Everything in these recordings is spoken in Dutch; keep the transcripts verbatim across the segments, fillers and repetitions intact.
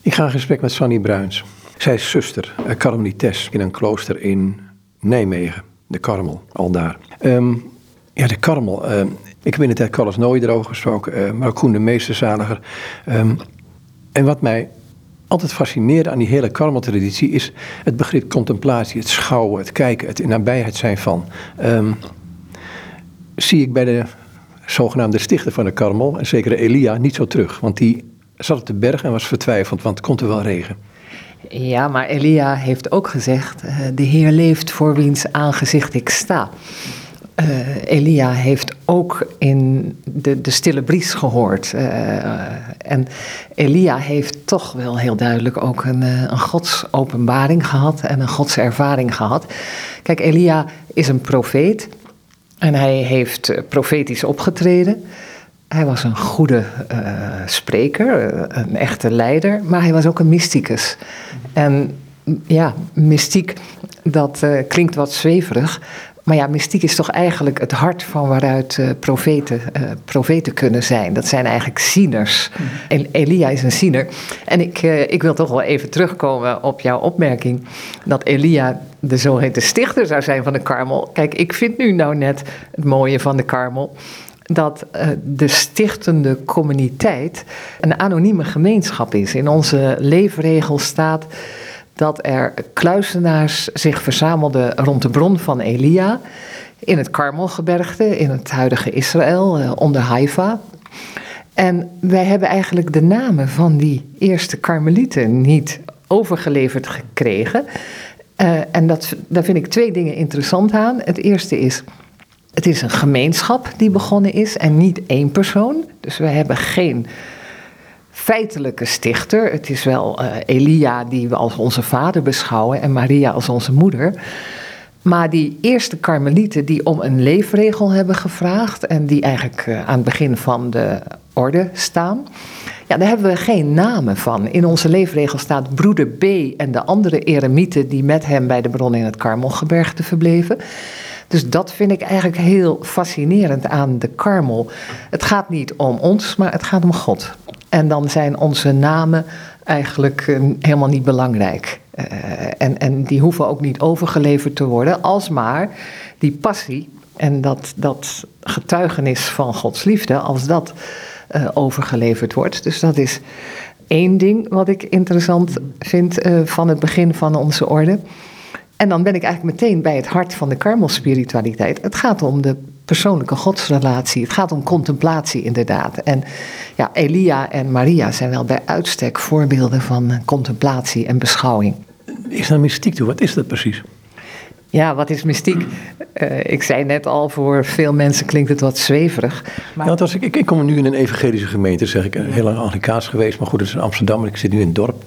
Ik ga in gesprek met Sannie Bruins. Zij is zuster, uh, karmelites in een klooster in Nijmegen. De Karmel, al daar. Um, ja, de Karmel. Uh, ik heb in de tijd Carlos Nooy erover gesproken, uh, maar ook Koen de Meesterzaliger. Um, en wat mij altijd fascineerde aan die hele Karmeltraditie is het begrip contemplatie, het schouwen, het kijken, het in nabijheid zijn van. Um, zie ik bij de zogenaamde stichter van de Karmel, en zeker Elia, niet zo terug. Want die zat op de berg en was vertwijfeld, want het komt er wel regen. Ja, maar Elia heeft ook gezegd, uh, de Heer leeft voor wiens aangezicht ik sta. Uh, Elia heeft ook in de, de stille bries gehoord. Uh, en Elia heeft toch wel heel duidelijk ook een, een godsopenbaring gehad en een godservaring gehad. Kijk, Elia is een profeet en hij heeft profetisch opgetreden. Hij was een goede uh, spreker, een echte leider, maar hij was ook een mysticus. En ja, mystiek, dat uh, klinkt wat zweverig. Maar ja, mystiek is toch eigenlijk het hart van waaruit uh, profeten, uh, profeten kunnen zijn. Dat zijn eigenlijk zieners. En Elia is een ziener. En ik, uh, ik wil toch wel even terugkomen op jouw opmerking dat Elia de zogeheten stichter zou zijn van de Karmel. Kijk, ik vind nu nou net het mooie van de Karmel dat uh, de stichtende communiteit een anonieme gemeenschap is. In onze leefregel staat dat er kluizenaars zich verzamelden rond de bron van Elia in het Karmelgebergte, in het huidige Israël, uh, onder Haifa. En wij hebben eigenlijk de namen van die eerste karmelieten niet overgeleverd gekregen. Uh, en dat, daar vind ik twee dingen interessant aan. Het eerste is, het is een gemeenschap die begonnen is en niet één persoon. Dus we hebben geen feitelijke stichter. Het is wel uh, Elia die we als onze vader beschouwen en Maria als onze moeder. Maar die eerste karmelieten die om een leefregel hebben gevraagd en die eigenlijk uh, aan het begin van de orde staan, ja, daar hebben we geen namen van. In onze leefregel staat broeder B en de andere eremieten die met hem bij de bron in het Karmelgebergte verbleven. Dus dat vind ik eigenlijk heel fascinerend aan de Karmel. Het gaat niet om ons, maar het gaat om God. En dan zijn onze namen eigenlijk uh, helemaal niet belangrijk. Uh, en, en die hoeven ook niet overgeleverd te worden, als maar die passie en dat, dat getuigenis van Gods liefde, als dat uh, overgeleverd wordt. Dus dat is één ding wat ik interessant vind uh, van het begin van onze orde. En dan ben ik eigenlijk meteen bij het hart van de Karmelspiritualiteit. Het gaat om de persoonlijke godsrelatie. Het gaat om contemplatie inderdaad. En ja, Elia en Maria zijn wel bij uitstek voorbeelden van contemplatie en beschouwing. Is daar mystiek toe? Wat is dat precies? Ja, wat is mystiek? Uh, ik zei net al, voor veel mensen klinkt het wat zweverig. Maar ja, als ik, ik, ik kom nu in een evangelische gemeente, zeg ik, heel lang Anglikaans geweest. Maar goed, het is in Amsterdam en ik zit nu in het dorp.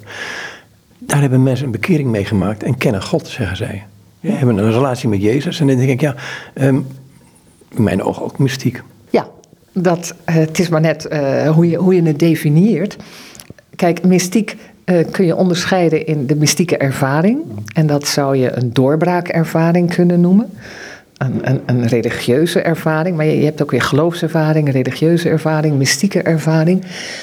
Daar hebben mensen een bekering meegemaakt en kennen God, zeggen zij. Ja, hebben een relatie met Jezus. En dan denk ik, ja, um, in mijn ogen ook mystiek. Ja, dat, uh, het is maar net uh, hoe, je, hoe je het definieert. Kijk, mystiek uh, kun je onderscheiden in de mystieke ervaring. En dat zou je een doorbraakervaring kunnen noemen. Een, een, een religieuze ervaring. Maar je, je hebt ook weer geloofservaring, religieuze ervaring, mystieke ervaring.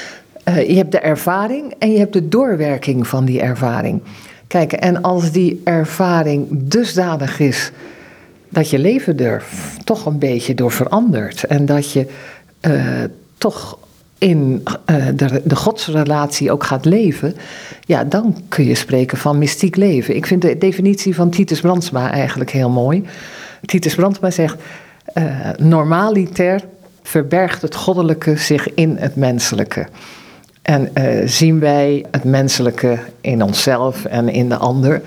Uh, je hebt de ervaring en je hebt de doorwerking van die ervaring. Kijk, en als die ervaring dusdanig is dat je leven er toch een beetje door verandert en dat je uh, toch in uh, de, de godsrelatie ook gaat leven, ja, dan kun je spreken van mystiek leven. Ik vind de definitie van Titus Brandsma eigenlijk heel mooi. Titus Brandsma zegt, uh, normaliter verbergt het goddelijke zich in het menselijke. En uh, zien wij het menselijke in onszelf en in de ander.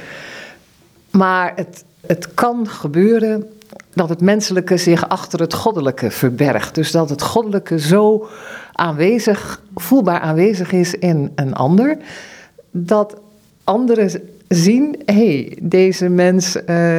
Maar het, het kan gebeuren dat het menselijke zich achter het goddelijke verbergt. Dus dat het goddelijke zo aanwezig, voelbaar aanwezig is in een ander, dat anderen zien, hé, hey, deze mens uh,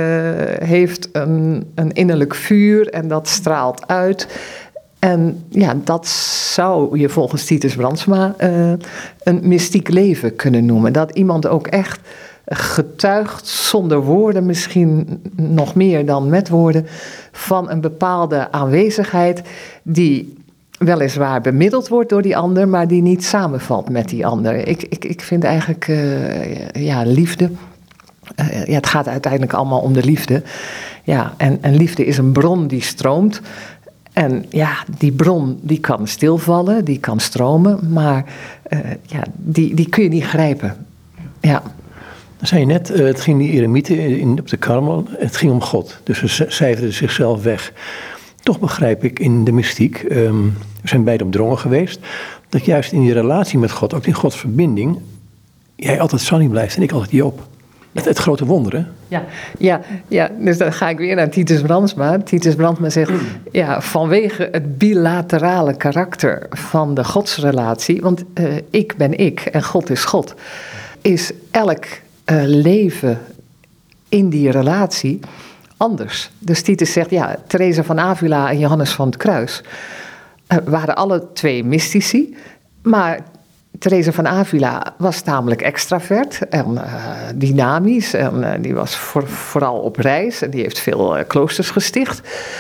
heeft een, een innerlijk vuur en dat straalt uit. En ja, dat zou je volgens Titus Brandsma uh, een mystiek leven kunnen noemen. Dat iemand ook echt getuigt, zonder woorden misschien nog meer dan met woorden, van een bepaalde aanwezigheid die weliswaar bemiddeld wordt door die ander, maar die niet samenvalt met die ander. Ik, ik, ik vind eigenlijk, uh, ja, liefde, uh, ja, het gaat uiteindelijk allemaal om de liefde. Ja, en, en liefde is een bron die stroomt. En ja, die bron die kan stilvallen, die kan stromen, maar uh, ja, die, die kun je niet grijpen. Ja. Dan zei je net, uh, het ging die eremieten in, op de Karmel, het ging om God. Dus ze cijferden zichzelf weg. Toch begrijp ik in de mystiek, um, we zijn beide omdrongen geweest, dat juist in die relatie met God, ook in Gods verbinding, jij altijd Sanny blijft en ik altijd Joop. Het, het grote wonder, hè? Ja, ja, ja, dus dan ga ik weer naar Titus Brandsma. Titus Brandsma zegt, ja, vanwege het bilaterale karakter van de godsrelatie, want uh, ik ben ik en God is God, is elk uh, leven in die relatie anders. Dus Titus zegt, ja, Teresa van Avila en Johannes van het Kruis uh, waren alle twee mystici, maar Teresa van Avila was tamelijk extravert en uh, dynamisch en uh, die was voor, vooral op reis en die heeft veel uh, kloosters gesticht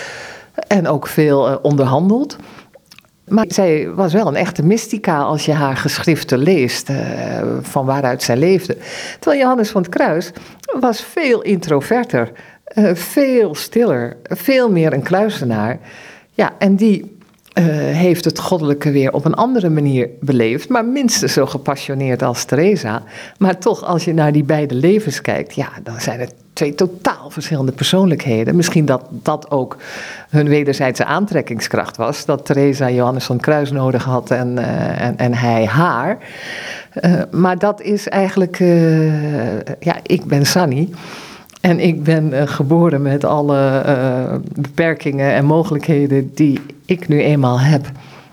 en ook veel uh, onderhandeld. Maar zij was wel een echte mystica als je haar geschriften leest, uh, van waaruit zij leefde. Terwijl Johannes van het Kruis was veel introverter, uh, veel stiller, veel meer een kluizenaar. Ja, en die Uh, heeft het goddelijke weer op een andere manier beleefd, maar minstens zo gepassioneerd als Teresa. Maar toch, als je naar die beide levens kijkt, ja, dan zijn het twee totaal verschillende persoonlijkheden. Misschien dat dat ook hun wederzijdse aantrekkingskracht was, dat Teresa Johannes van het Kruis nodig had en, uh, en, en hij haar. Uh, maar dat is eigenlijk, uh, ja, ik ben Sanny. En ik ben uh, geboren met alle uh, beperkingen en mogelijkheden die ik nu eenmaal heb.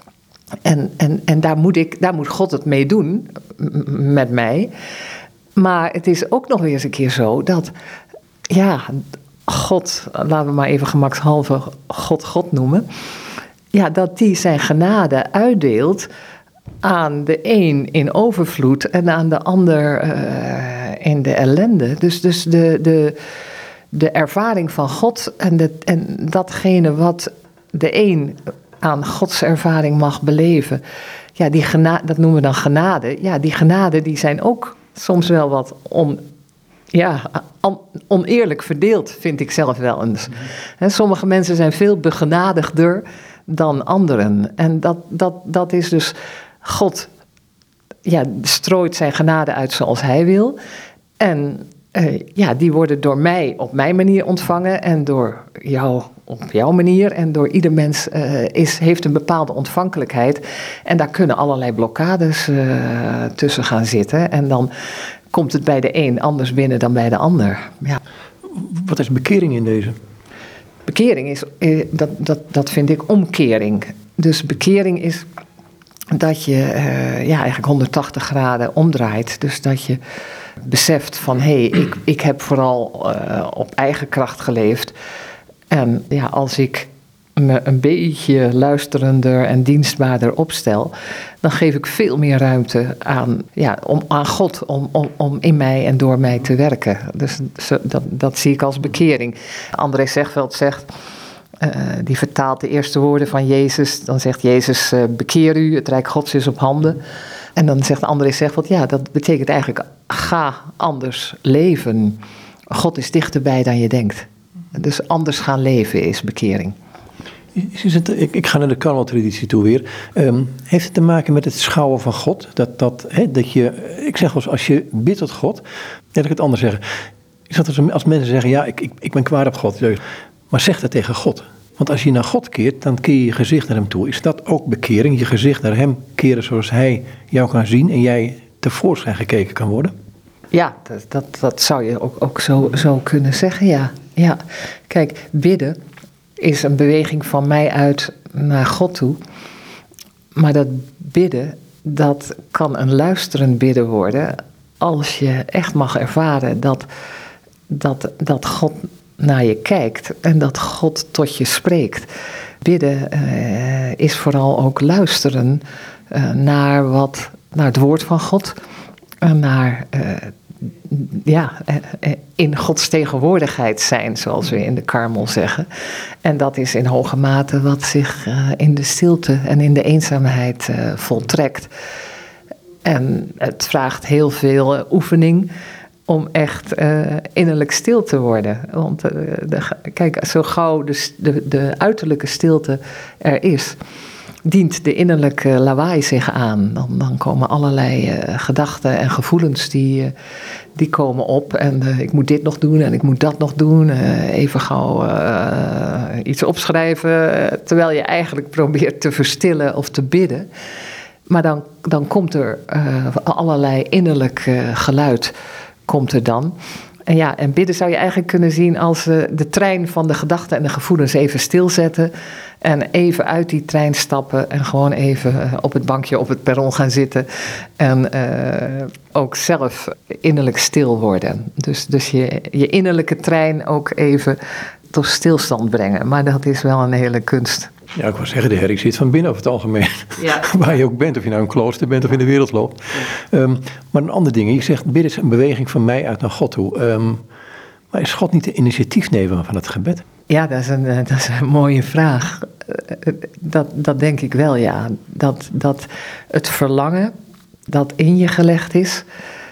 En, en, en daar, moet ik, daar moet God het mee doen, m- met mij. Maar het is ook nog weer eens een keer zo dat, ja, God, laten we maar even gemakshalve God God noemen. Ja, dat die zijn genade uitdeelt aan de een in overvloed en aan de ander uh, in de ellende. Dus, dus de, de, de ervaring van God en, de, en datgene wat de een aan Gods ervaring mag beleven, ja, die gena- dat noemen we dan genade. Ja, die genade die zijn ook soms wel wat on, ja, on, oneerlijk verdeeld, vind ik zelf wel eens. He, sommige mensen zijn veel begenadigder dan anderen. En dat, dat, dat is dus, God, ja, strooit zijn genade uit zoals hij wil. En uh, ja, die worden door mij op mijn manier ontvangen en door jou op jouw manier. En door ieder mens uh, is, heeft een bepaalde ontvankelijkheid. En daar kunnen allerlei blokkades uh, tussen gaan zitten. En dan komt het bij de een anders binnen dan bij de ander. Ja. Wat is bekering in deze? Bekering is, uh, dat, dat, dat vind ik omkering. Dus bekering is dat je uh, ja, eigenlijk honderdtachtig graden omdraait. Dus dat je beseft van, hé, hey, ik, ik heb vooral uh, op eigen kracht geleefd. En ja, als ik me een beetje luisterender en dienstbaarder opstel, dan geef ik veel meer ruimte aan, ja, om, aan God om, om, om in mij en door mij te werken. Dus dat, dat zie ik als bekering. André Zegveld zegt, uh, die vertaalt de eerste woorden van Jezus. Dan zegt Jezus, uh, bekeer u, het Rijk Gods is op handen. En dan zegt André Zegveld, ja, dat betekent eigenlijk, ga anders leven. God is dichterbij dan je denkt. Dus anders gaan leven is bekering. Is het, ik, ik ga naar de Karmel-traditie toe weer. Um, heeft het te maken met het schouwen van God? Dat, dat, he, dat je, ik zeg wel eens, als je bidt tot God, laat ik het anders zeggen. Ik zeg als, als mensen zeggen, ja, ik, ik, ik ben kwaad op God. Maar zeg dat tegen God. Want als je naar God keert, dan keer je je gezicht naar hem toe. Is dat ook bekering? Je gezicht naar hem keren zoals hij jou kan zien en jij tevoorschijn gekeken kan worden? Ja, dat, dat, dat zou je ook, ook zo, zo kunnen zeggen, ja. ja. Kijk, bidden is een beweging van mij uit naar God toe. Maar dat bidden, dat kan een luisterend bidden worden als je echt mag ervaren dat, dat, dat God naar je kijkt en dat God tot je spreekt. Bidden uh, is vooral ook luisteren uh, naar, wat, naar het woord van God, uh, naar uh, ja, in Gods tegenwoordigheid zijn, zoals we in de Karmel zeggen. En dat is in hoge mate wat zich uh, in de stilte en in de eenzaamheid uh, voltrekt. En het vraagt heel veel uh, oefening om echt uh, innerlijk stil te worden. Want uh, de, kijk, zo gauw de, de, de uiterlijke stilte er is, dient de innerlijke lawaai zich aan. Dan, dan komen allerlei uh, gedachten en gevoelens die, uh, die komen op. En uh, ik moet dit nog doen en ik moet dat nog doen. Uh, even gauw uh, iets opschrijven, uh, terwijl je eigenlijk probeert te verstillen of te bidden. Maar dan, dan komt er uh, allerlei innerlijk uh, geluid komt er dan. En ja, en bidden zou je eigenlijk kunnen zien als uh, de trein van de gedachten en de gevoelens even stilzetten. En even uit die trein stappen en gewoon even uh, op het bankje op het perron gaan zitten. En uh, ook zelf innerlijk stil worden. Dus, dus je, je innerlijke trein ook even tot stilstand brengen. Maar dat is wel een hele kunst. Ja, ik wil zeggen, de herrie zit van binnen over het algemeen. Ja. Waar je ook bent, of je nou in een klooster bent of in de wereld loopt. Ja. Um, maar een ander ding, je zegt, bidden is een beweging van mij uit naar God toe. Um, maar is God niet de initiatiefnemer van het gebed? Ja, dat is een, dat is een mooie vraag. Dat, dat denk ik wel, ja. Dat, dat het verlangen dat in je gelegd is,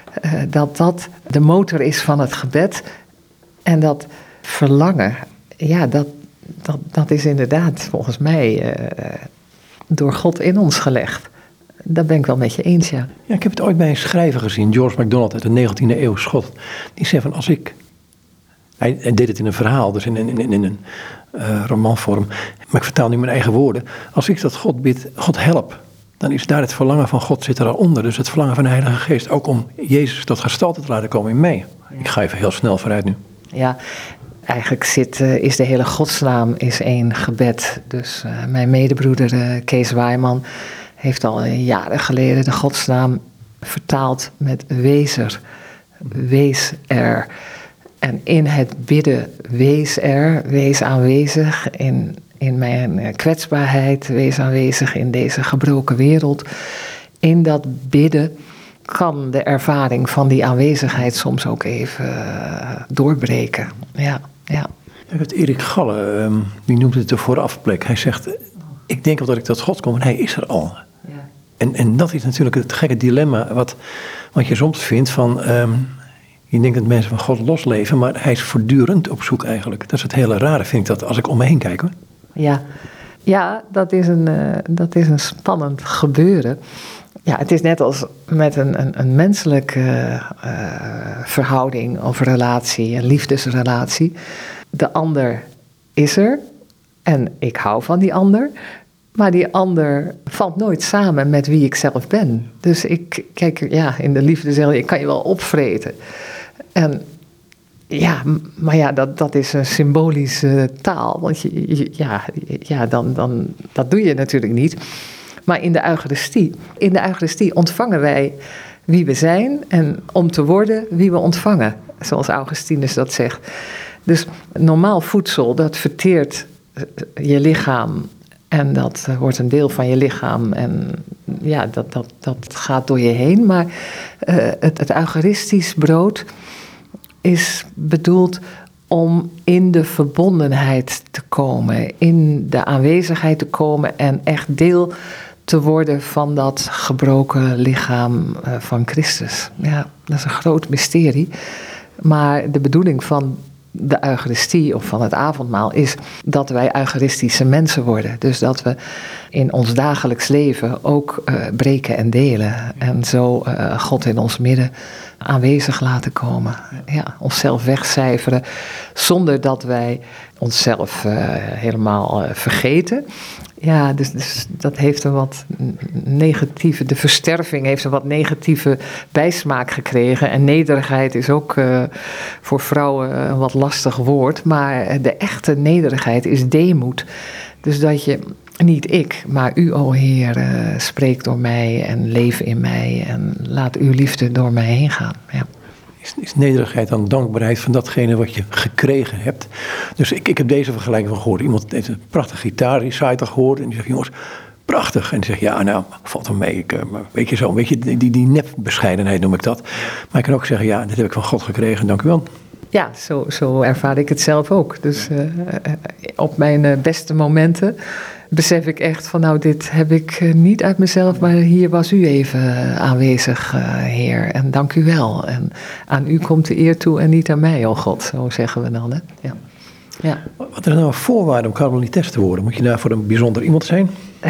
dat dat de motor is van het gebed. En dat verlangen, ja, dat, dat, dat is inderdaad volgens mij uh, door God in ons gelegd. Dat ben ik wel met je eens, ja. Ja, ik heb het ooit bij een schrijver gezien, George MacDonald uit de negentiende eeuw, Schot. Die zei van, als ik... Hij, hij deed het in een verhaal, dus in, in, in, in een uh, romanvorm. Maar ik vertaal nu mijn eigen woorden. Als ik dat God bid, God help, dan is daar het verlangen van God zit er al onder. Dus het verlangen van de Heilige Geest, ook om Jezus tot gestalte te laten komen in mij. Ja. Ik ga even heel snel vooruit nu. Ja, eigenlijk zit, uh, is de hele godsnaam is één gebed. Dus uh, mijn medebroeder uh, Kees Waaiman heeft al jaren geleden de godsnaam vertaald met wezer. Wees er. En in het bidden, wees er, wees aanwezig in, in mijn kwetsbaarheid, wees aanwezig in deze gebroken wereld. In dat bidden kan de ervaring van die aanwezigheid soms ook even uh, doorbreken. Ja, ja. Ik heb Erik Galle, um, die noemt het de voorafplek. Hij zegt, ik denk wel dat ik tot God kom en hij is er al. Ja. En, en dat is natuurlijk het gekke dilemma wat, wat je soms vindt van... Um, Je denkt dat mensen van God losleven, maar hij is voortdurend op zoek eigenlijk. Dat is het hele rare, vind ik dat, als ik om me heen kijk. Hoor. Ja, ja dat, is een, uh, dat is een spannend gebeuren. Ja, het is net als met een, een, een menselijke uh, verhouding of relatie, een liefdesrelatie. De ander is er en ik hou van die ander. Maar die ander valt nooit samen met wie ik zelf ben. Dus ik, kijk, ja, in de liefde zeg ik, kan je wel opvreten. En ja, maar ja, dat, dat is een symbolische taal. Want je, je, ja, ja dan, dan, dat doe je natuurlijk niet. Maar in de Eucharistie, in de Eucharistie ontvangen wij wie we zijn en om te worden wie we ontvangen. Zoals Augustinus dat zegt. Dus normaal voedsel, dat verteert je lichaam. En dat wordt een deel van je lichaam en ja, dat, dat, dat gaat door je heen. Maar uh, het, het Eucharistisch brood is bedoeld om in de verbondenheid te komen, in de aanwezigheid te komen en echt deel te worden van dat gebroken lichaam uh, van Christus. Ja, dat is een groot mysterie. Maar de bedoeling van de Eucharistie of van het avondmaal is dat wij Eucharistische mensen worden. Dus dat we in ons dagelijks leven ook uh, breken en delen. En zo uh, God in ons midden aanwezig laten komen. Ja, onszelf wegcijferen zonder dat wij onszelf uh, helemaal uh, vergeten. Ja, dus, dus dat heeft een wat negatieve, de versterving heeft een wat negatieve bijsmaak gekregen. En nederigheid is ook uh, voor vrouwen een wat lastig woord. Maar de echte nederigheid is deemoed. Dus dat je, niet ik, maar u, o Heer, uh, spreekt door mij en leef in mij. En laat uw liefde door mij heen gaan, ja. Is, is nederigheid dan dankbaarheid van datgene wat je gekregen hebt? Dus ik, ik heb deze vergelijking van gehoord. Iemand heeft een prachtige gitaar recital gehoord en die zegt, jongens, prachtig. En die zegt, ja, nou, valt wel mee. Ik, uh, weet je zo, weet je, die, die nepbescheidenheid noem ik dat. Maar ik kan ook zeggen, ja, dit heb ik van God gekregen, dank u wel. Ja, zo, zo ervaar ik het zelf ook. Dus uh, op mijn uh, beste momenten besef ik echt van, nou, dit heb ik uh, niet uit mezelf, maar hier was u even uh, aanwezig, uh, Heer. En dank u wel. En aan u komt de eer toe en niet aan mij, oh God. Zo zeggen we dan, hè. Ja. Ja. Wat is nou een voorwaarde om karmelites te worden? Moet je daar voor een bijzonder iemand zijn?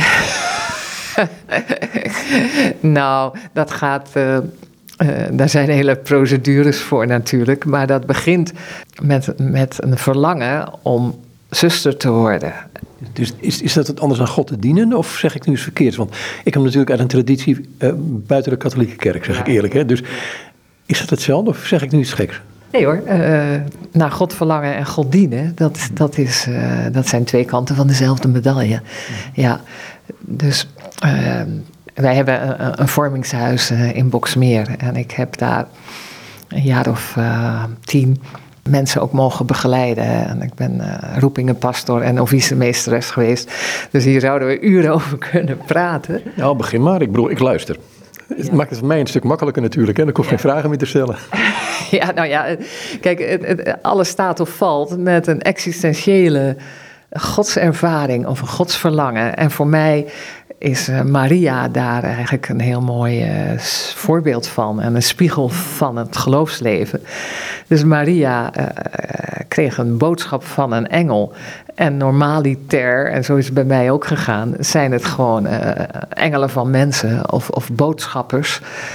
Nou, dat gaat... Uh, Uh, daar zijn hele procedures voor natuurlijk. Maar dat begint met, met een verlangen om zuster te worden. Dus is, is dat het anders dan God te dienen? Of zeg ik nu eens verkeerd? Want ik heb natuurlijk uit een traditie uh, buiten de katholieke kerk, zeg ja. ik eerlijk. Hè? Dus is dat hetzelfde of zeg ik nu iets geks? Nee hoor, uh, naar God verlangen en God dienen, dat, dat, is, uh, dat zijn twee kanten van dezelfde medaille. Ja, dus... Uh, Wij hebben een, een vormingshuis uh, in Boxmeer en ik heb daar een jaar of uh, tien mensen ook mogen begeleiden. En ik ben uh, roepingenpastor en officiemeesteres geweest. Dus hier zouden we uren over kunnen praten. Nou, begin maar. Ik bedoel, ik luister. Het ja. maakt het voor mij een stuk makkelijker natuurlijk. Hè? Dan hoef ik ja. geen vragen meer te stellen. Ja, nou ja, kijk, het, het, alles staat of valt met een existentiële godservaring of een godsverlangen. En voor mij is uh, Maria daar eigenlijk een heel mooi uh, voorbeeld van en een spiegel van het geloofsleven. Dus Maria uh, kreeg een boodschap van een engel en normaliter, en zo is het bij mij ook gegaan, zijn het gewoon uh, engelen van mensen of, of boodschappers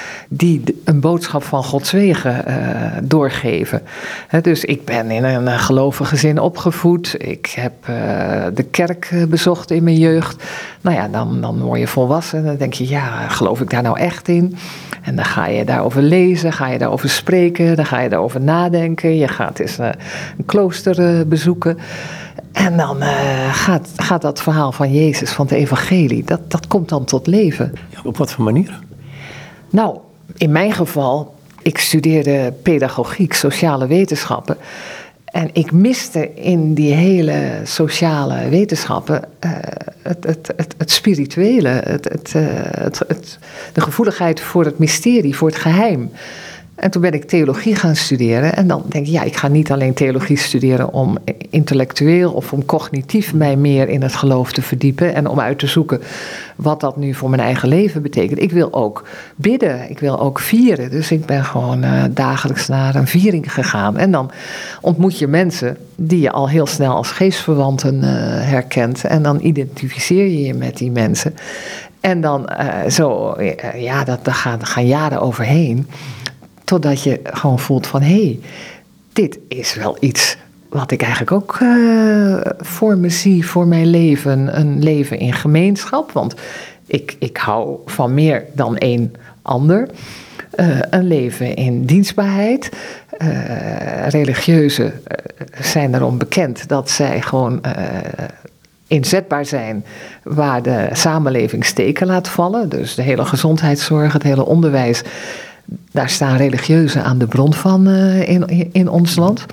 die een boodschap van Gods wegen uh, doorgeven. He, dus ik ben in een uh, gelovig gezin opgevoed. Ik heb uh, de kerk uh, bezocht in mijn jeugd. Nou ja, dan, dan word je volwassen. Dan denk je, ja, geloof ik daar nou echt in? En dan ga je daarover lezen, ga je daarover spreken, dan ga je daarover nadenken. Je gaat eens uh, een klooster uh, bezoeken. En dan uh, gaat, gaat dat verhaal van Jezus, van het evangelie, dat, dat komt dan tot leven. Ja, op wat voor manier? Nou, in mijn geval, ik studeerde pedagogiek, sociale wetenschappen. En ik miste in die hele sociale wetenschappen uh, het, het, het, het spirituele, het, het, uh, het, het, de gevoeligheid voor het mysterie, voor het geheim. En toen ben ik theologie gaan studeren. En dan denk ik, ja, ik ga niet alleen theologie studeren om intellectueel of om cognitief mij meer in het geloof te verdiepen. En om uit te zoeken wat dat nu voor mijn eigen leven betekent. Ik wil ook bidden, ik wil ook vieren. Dus ik ben gewoon uh, dagelijks naar een viering gegaan. En dan ontmoet je mensen die je al heel snel als geestverwanten uh, herkent. En dan identificeer je je met die mensen. En dan uh, zo, uh, ja, dat, daar gaan, gaan jaren overheen. Totdat je gewoon voelt van, hé, hey, dit is wel iets wat ik eigenlijk ook uh, voor me zie, voor mijn leven. Een leven in gemeenschap, want ik, ik hou van meer dan één ander. Uh, een leven in dienstbaarheid. Uh, religieuzen uh, zijn erom bekend dat zij gewoon uh, inzetbaar zijn waar de samenleving steken laat vallen. Dus de hele gezondheidszorg, het hele onderwijs. Daar staan religieuzen aan de bron van uh, in, in ons land.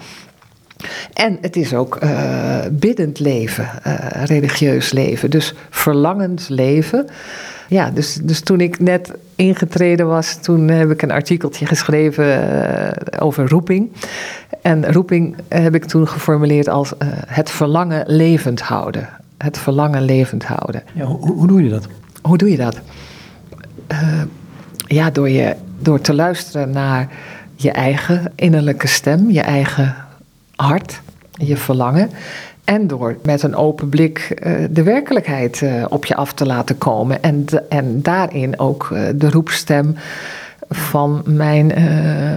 En het is ook uh, biddend leven, uh, religieus leven. Dus verlangend leven. Ja, dus, dus toen ik net ingetreden was, toen heb ik een artikeltje geschreven uh, over roeping. En roeping heb ik toen geformuleerd als uh, het verlangen levend houden. Het verlangen levend houden. Ja, hoe, hoe doe je dat? Hoe doe je dat? Uh, ja, door je... Door te luisteren naar je eigen innerlijke stem, je eigen hart, je verlangen. En door met een open blik uh, de werkelijkheid uh, op je af te laten komen. En, de, en daarin ook uh, de roepstem van mijn uh,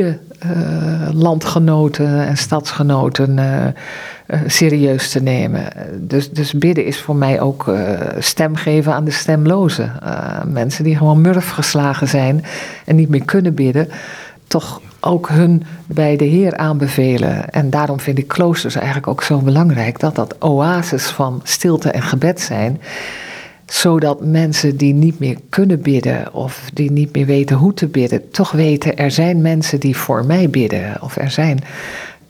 mede-landgenoten uh, en stadsgenoten uh, uh, serieus te nemen. Dus, dus bidden is voor mij ook uh, stem geven aan de stemlozen. Uh, mensen die gewoon murf geslagen zijn en niet meer kunnen bidden, toch ook hun bij de Heer aanbevelen. En daarom vind ik kloosters eigenlijk ook zo belangrijk, dat dat oases van stilte en gebed zijn, zodat mensen die niet meer kunnen bidden of die niet meer weten hoe te bidden, toch weten, er zijn mensen die voor mij bidden. Of er zijn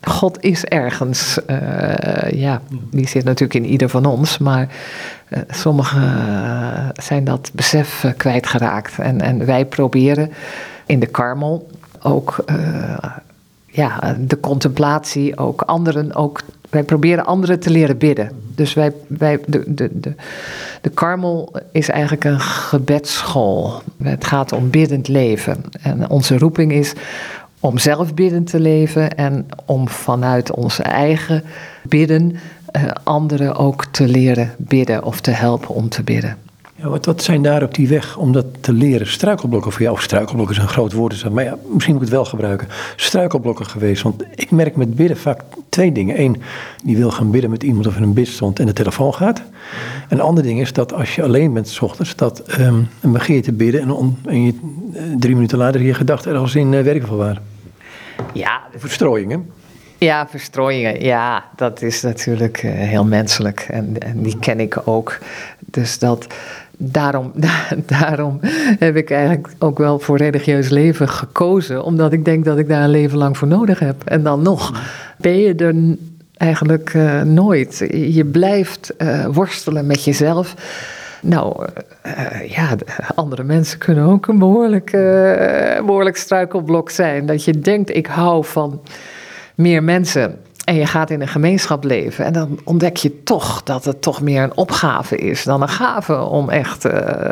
God is ergens. Uh, ja, die zit natuurlijk in ieder van ons. Maar uh, sommigen uh, zijn dat besef uh, kwijtgeraakt. En, en wij proberen in de Karmel ook uh, ja, de contemplatie, ook anderen ook. Wij proberen anderen te leren bidden. Dus wij, wij, de, de, de, de Karmel is eigenlijk een gebedsschool. Het gaat om biddend leven. En onze roeping is om zelf biddend te leven en om vanuit onze eigen bidden uh, anderen ook te leren bidden of te helpen om te bidden. Ja, wat, wat zijn daar op die weg om dat te leren? Struikelblokken voor jou, of struikelblokken is een groot woord, maar ja, misschien moet ik het wel gebruiken. Struikelblokken geweest, want ik merk met bidden vaak twee dingen. Eén, die wil gaan bidden met iemand of in een bidstond en de telefoon gaat. En een ander ding is dat als je alleen bent 's ochtends, dat um, en begin je te bidden en, on, en je, uh, drie minuten later je gedachten ergens in uh, werken waren. Ja, verstrooiingen. Ja, verstrooiingen. Ja, dat is natuurlijk uh, heel menselijk. En, en die ken ik ook. Dus dat, daarom, da, daarom heb ik eigenlijk ook wel voor religieus leven gekozen. Omdat ik denk dat ik daar een leven lang voor nodig heb. En dan nog ben je er eigenlijk uh, nooit. Je blijft uh, worstelen met jezelf. Nou, uh, ja, andere mensen kunnen ook een behoorlijk, uh, behoorlijk struikelblok zijn. Dat je denkt, ik hou van meer mensen. En je gaat in een gemeenschap leven. En dan ontdek je toch dat het toch meer een opgave is dan een gave om echt uh,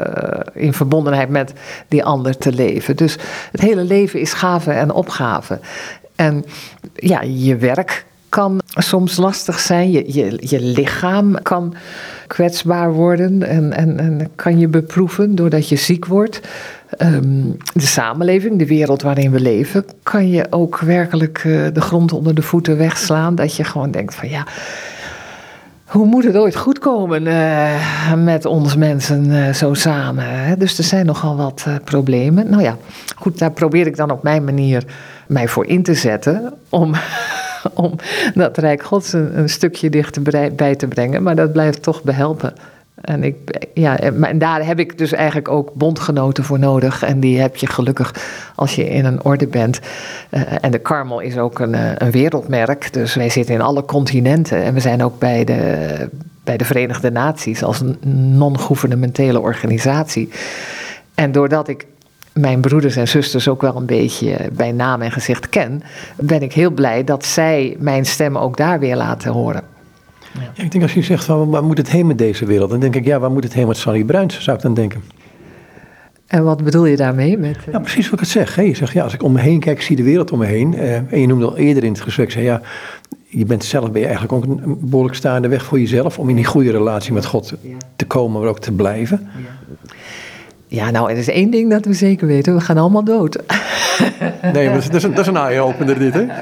in verbondenheid met die ander te leven. Dus het hele leven is gave en opgave. En ja, je werk kan soms lastig zijn. Je, je, je lichaam kan kwetsbaar worden en, en, en kan je beproeven doordat je ziek wordt. Um, de samenleving, de wereld waarin we leven, kan je ook werkelijk uh, de grond onder de voeten wegslaan. Dat je gewoon denkt van ja, hoe moet het ooit goed komen uh, met ons mensen uh, zo samen? Hè? Dus er zijn nogal wat uh, problemen. Nou ja, goed, daar probeer ik dan op mijn manier mij voor in te zetten om om dat Rijk Gods een, een stukje dichterbij te brengen. Maar dat blijft toch behelpen. En, ik, ja, en daar heb ik dus eigenlijk ook bondgenoten voor nodig. En die heb je gelukkig als je in een orde bent. Uh, en de Karmel is ook een, een wereldmerk. Dus wij zitten in alle continenten. En we zijn ook bij de, bij de Verenigde Naties als een non-gouvernementele organisatie. En doordat ik mijn broeders en zusters ook wel een beetje bij naam en gezicht ken, ben ik heel blij dat zij mijn stem ook daar weer laten horen. Ja. Ja, ik denk als je zegt van waar moet het heen met deze wereld, dan denk ik ja, waar moet het heen met Sally Bruins, zou ik dan denken. En wat bedoel je daarmee? Met, uh... Ja, precies wat ik het zeg. Hè? Je zegt ja, als ik om me heen kijk, ik zie de wereld om me heen. Uh, en je noemde al eerder in het gesprek, zei ja, je bent zelf ben je eigenlijk ook een behoorlijk staande weg voor jezelf om in die goede relatie met God ja. te komen, maar ook te blijven. Ja. Ja, nou, er is één ding dat we zeker weten. We gaan allemaal dood. Nee, maar dat is een, dat is een eye-opener dit, hè?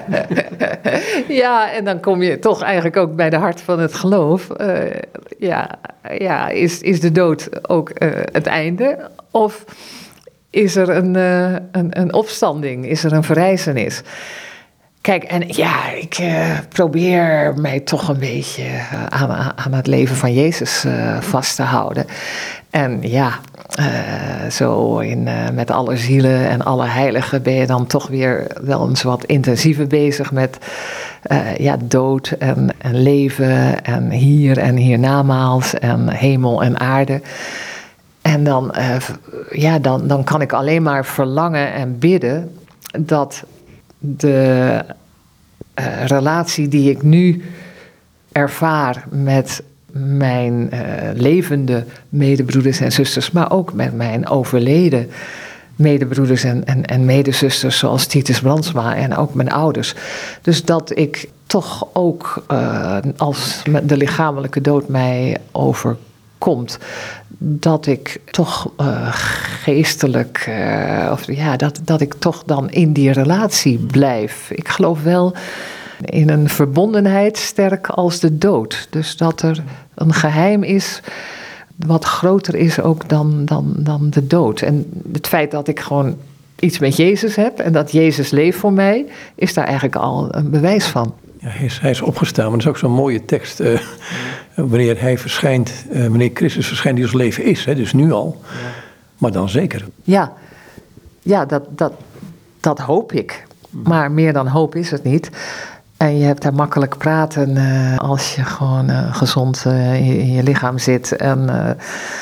Ja, en dan kom je toch eigenlijk ook bij de hart van het geloof. Uh, ja, ja is, is de dood ook uh, het einde? Of is er een, uh, een, een opstanding? Is er een verrijzenis? Kijk, en ja, ik uh, probeer mij toch een beetje uh, aan, aan het leven van Jezus uh, vast te houden. En ja, uh, zo in, uh, met alle zielen en alle heiligen ben je dan toch weer wel eens wat intensiever bezig met uh, ja, dood en, en leven en hier en hiernamaals en hemel en aarde. En dan, uh, ja, dan, dan kan ik alleen maar verlangen en bidden dat de uh, relatie die ik nu ervaar met mijn uh, levende medebroeders en zusters, maar ook met mijn overleden medebroeders en, en, en medezusters zoals Titus Brandsma en ook mijn ouders. Dus dat ik toch ook uh, als de lichamelijke dood mij overkomt, dat ik toch uh, geestelijk, uh, of ja, dat, dat ik toch dan in die relatie blijf. Ik geloof wel in een verbondenheid sterk als de dood. Dus dat er een geheim is wat groter is ook dan, dan, dan de dood. En het feit dat ik gewoon iets met Jezus heb en dat Jezus leeft voor mij, is daar eigenlijk al een bewijs van. Ja, hij is, hij is opgestaan, maar dat is ook zo'n mooie tekst. Uh, wanneer hij verschijnt, uh, wanneer Christus verschijnt die ons leven is, hè, dus nu al, ja. Maar dan zeker. Ja, ja dat, dat, dat hoop ik. Maar meer dan hoop is het niet. En je hebt daar makkelijk praten uh, als je gewoon uh, gezond uh, in, je, in je lichaam zit. En uh,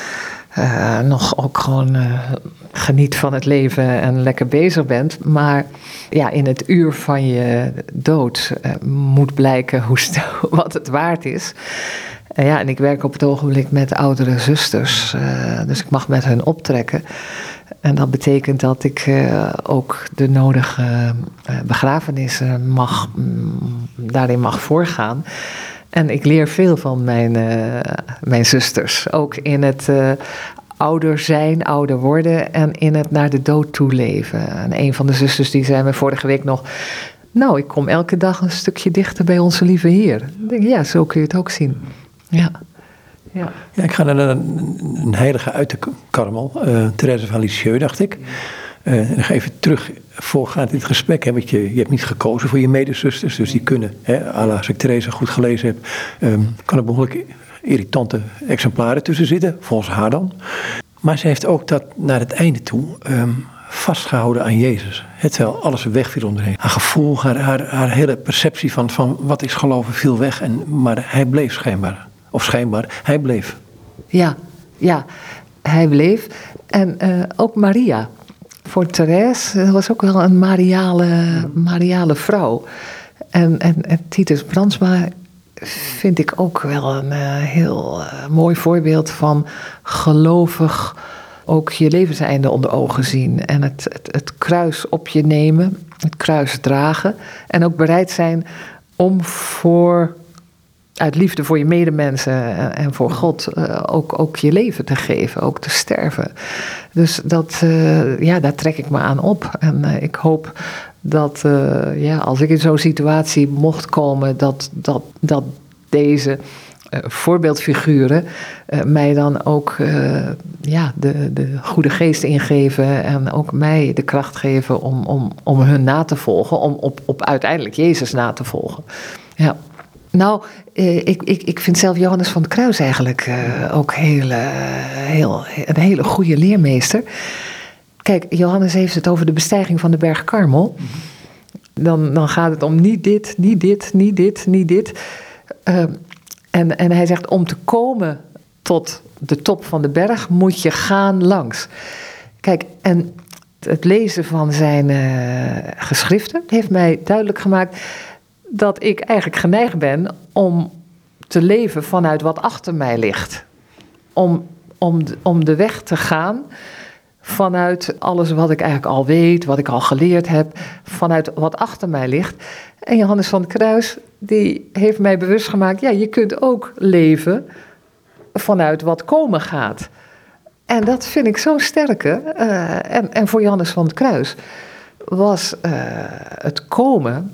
uh, nog ook gewoon uh, geniet van het leven en lekker bezig bent. Maar ja, in het uur van je dood uh, moet blijken hoe st- wat het waard is. Uh, ja, en ik werk op het ogenblik met oudere zusters. Uh, dus ik mag met hen optrekken. En dat betekent dat ik uh, ook de nodige uh, begrafenissen mag, mm, daarin mag voorgaan. En ik leer veel van mijn, uh, mijn zusters. Ook in het uh, ouder zijn, ouder worden en in het naar de dood toe leven. En een van de zusters die zei me vorige week nog... Nou, ik kom elke dag een stukje dichter bij onze lieve Heer. Ik denk, ja, zo kun je het ook zien. Ja. Ja. Ja, ik ga naar een, een heilige uit de Karmel, uh, Therese van Lisieux, dacht ik. Uh, en nog even terug voorgaand in het gesprek. Hè, want je, je hebt niet gekozen voor je medezusters, dus die kunnen, hè, als ik Therese goed gelezen heb, um, kan er behoorlijk irritante exemplaren tussen zitten, volgens haar dan. Maar ze heeft ook dat naar het einde toe um, vastgehouden aan Jezus. Het terwijl alles wegviel om erheen. Haar gevoel, haar, haar, haar hele perceptie van, van wat is geloven viel weg, en, maar hij bleef schijnbaar. Of schijnbaar, hij bleef. Ja, ja, hij bleef. En uh, ook Maria. Voor Therese was ook wel een Mariale, Mariale vrouw. En, en, en Titus Brandsma vind ik ook wel een uh, heel uh, mooi voorbeeld van gelovig ook je levenseinde onder ogen zien. En het, het, het kruis op je nemen, het kruis dragen. En ook bereid zijn om voor... uit liefde voor je medemensen en voor God uh, ook, ook je leven te geven, ook te sterven. Dus dat, uh, ja, daar trek ik me aan op. En uh, ik hoop dat, uh, ja, als ik in zo'n situatie mocht komen, dat, dat, dat deze uh, voorbeeldfiguren uh, mij dan ook uh, ja, de, de goede geest ingeven en ook mij de kracht geven om, om, om hun na te volgen, om op, op uiteindelijk Jezus na te volgen. Ja. Nou, eh, ik, ik, ik vind zelf Johannes van het Kruis eigenlijk uh, ook heel, uh, heel, een hele goede leermeester. Kijk, Johannes heeft het over de bestijging van de berg Karmel. Dan, dan gaat het om niet dit, niet dit, niet dit, niet dit. Uh, en, en hij zegt, om te komen tot de top van de berg moet je gaan langs. Kijk, en het lezen van zijn uh, geschriften heeft mij duidelijk gemaakt dat ik eigenlijk geneigd ben om te leven vanuit wat achter mij ligt. Om, om, de, om de weg te gaan vanuit alles wat ik eigenlijk al weet, wat ik al geleerd heb, vanuit wat achter mij ligt. En Johannes van het Kruis, die heeft mij bewust gemaakt, ja, je kunt ook leven vanuit wat komen gaat. En dat vind ik zo sterke. Uh, en, en voor Johannes van het Kruis was uh, het komen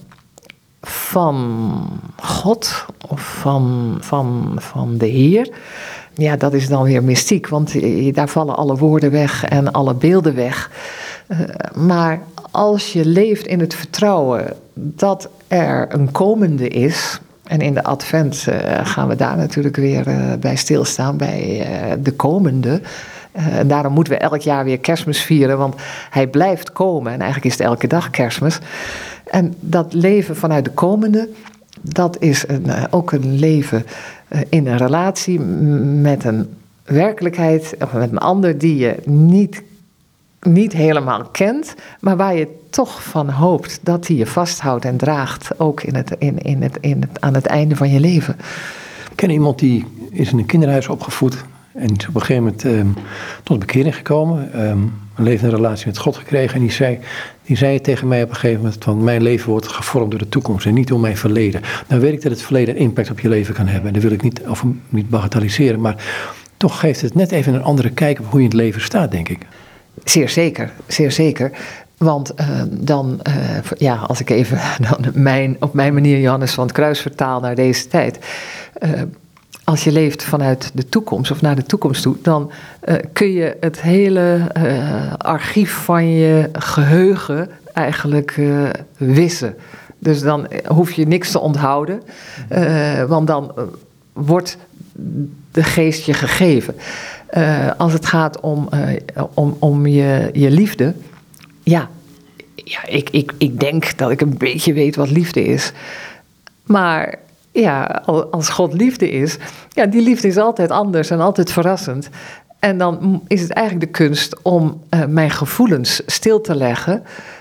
van God of van, van, van de Heer. Ja, dat is dan weer mystiek, want daar vallen alle woorden weg en alle beelden weg. Uh, maar als je leeft in het vertrouwen dat er een komende is, en in de advent uh, gaan we daar natuurlijk weer uh, bij stilstaan, bij uh, de komende. Uh, en daarom moeten we elk jaar weer Kerstmis vieren, want hij blijft komen. En eigenlijk is het elke dag Kerstmis. En dat leven vanuit de komende, dat is een, uh, ook een leven uh, in een relatie met een werkelijkheid, of met een ander die je niet, niet helemaal kent, maar waar je toch van hoopt dat hij je vasthoudt en draagt, ook in het, in, in het, in het, aan het einde van je leven. Ik ken iemand die is in een kinderhuis opgevoed en is op een gegeven moment um, tot bekering gekomen, um, een levende relatie met God gekregen en die zei, die zei tegen mij op een gegeven moment van mijn leven wordt gevormd door de toekomst en niet door mijn verleden. Nou weet ik dat het verleden impact op je leven kan hebben en dat wil ik niet, of niet bagatelliseren, maar toch geeft het net even een andere kijk op hoe je in het leven staat, denk ik. Zeer zeker, zeer zeker. Want uh, dan, uh, ja, als ik even dan mijn, op mijn manier Johannes van het Kruis vertaal naar deze tijd. Uh, als je leeft vanuit de toekomst of naar de toekomst toe, dan uh, kun je het hele uh, archief van je geheugen eigenlijk uh, wissen. Dus dan hoef je niks te onthouden, uh, want dan uh, wordt de geest je gegeven. Uh, als het gaat om, uh, om, om je, je liefde, ja, ja ik, ik, ik denk dat ik een beetje weet wat liefde is. Maar ja, als God liefde is, ja, die liefde is altijd anders en altijd verrassend. En dan is het eigenlijk de kunst om uh, mijn gevoelens stil te leggen,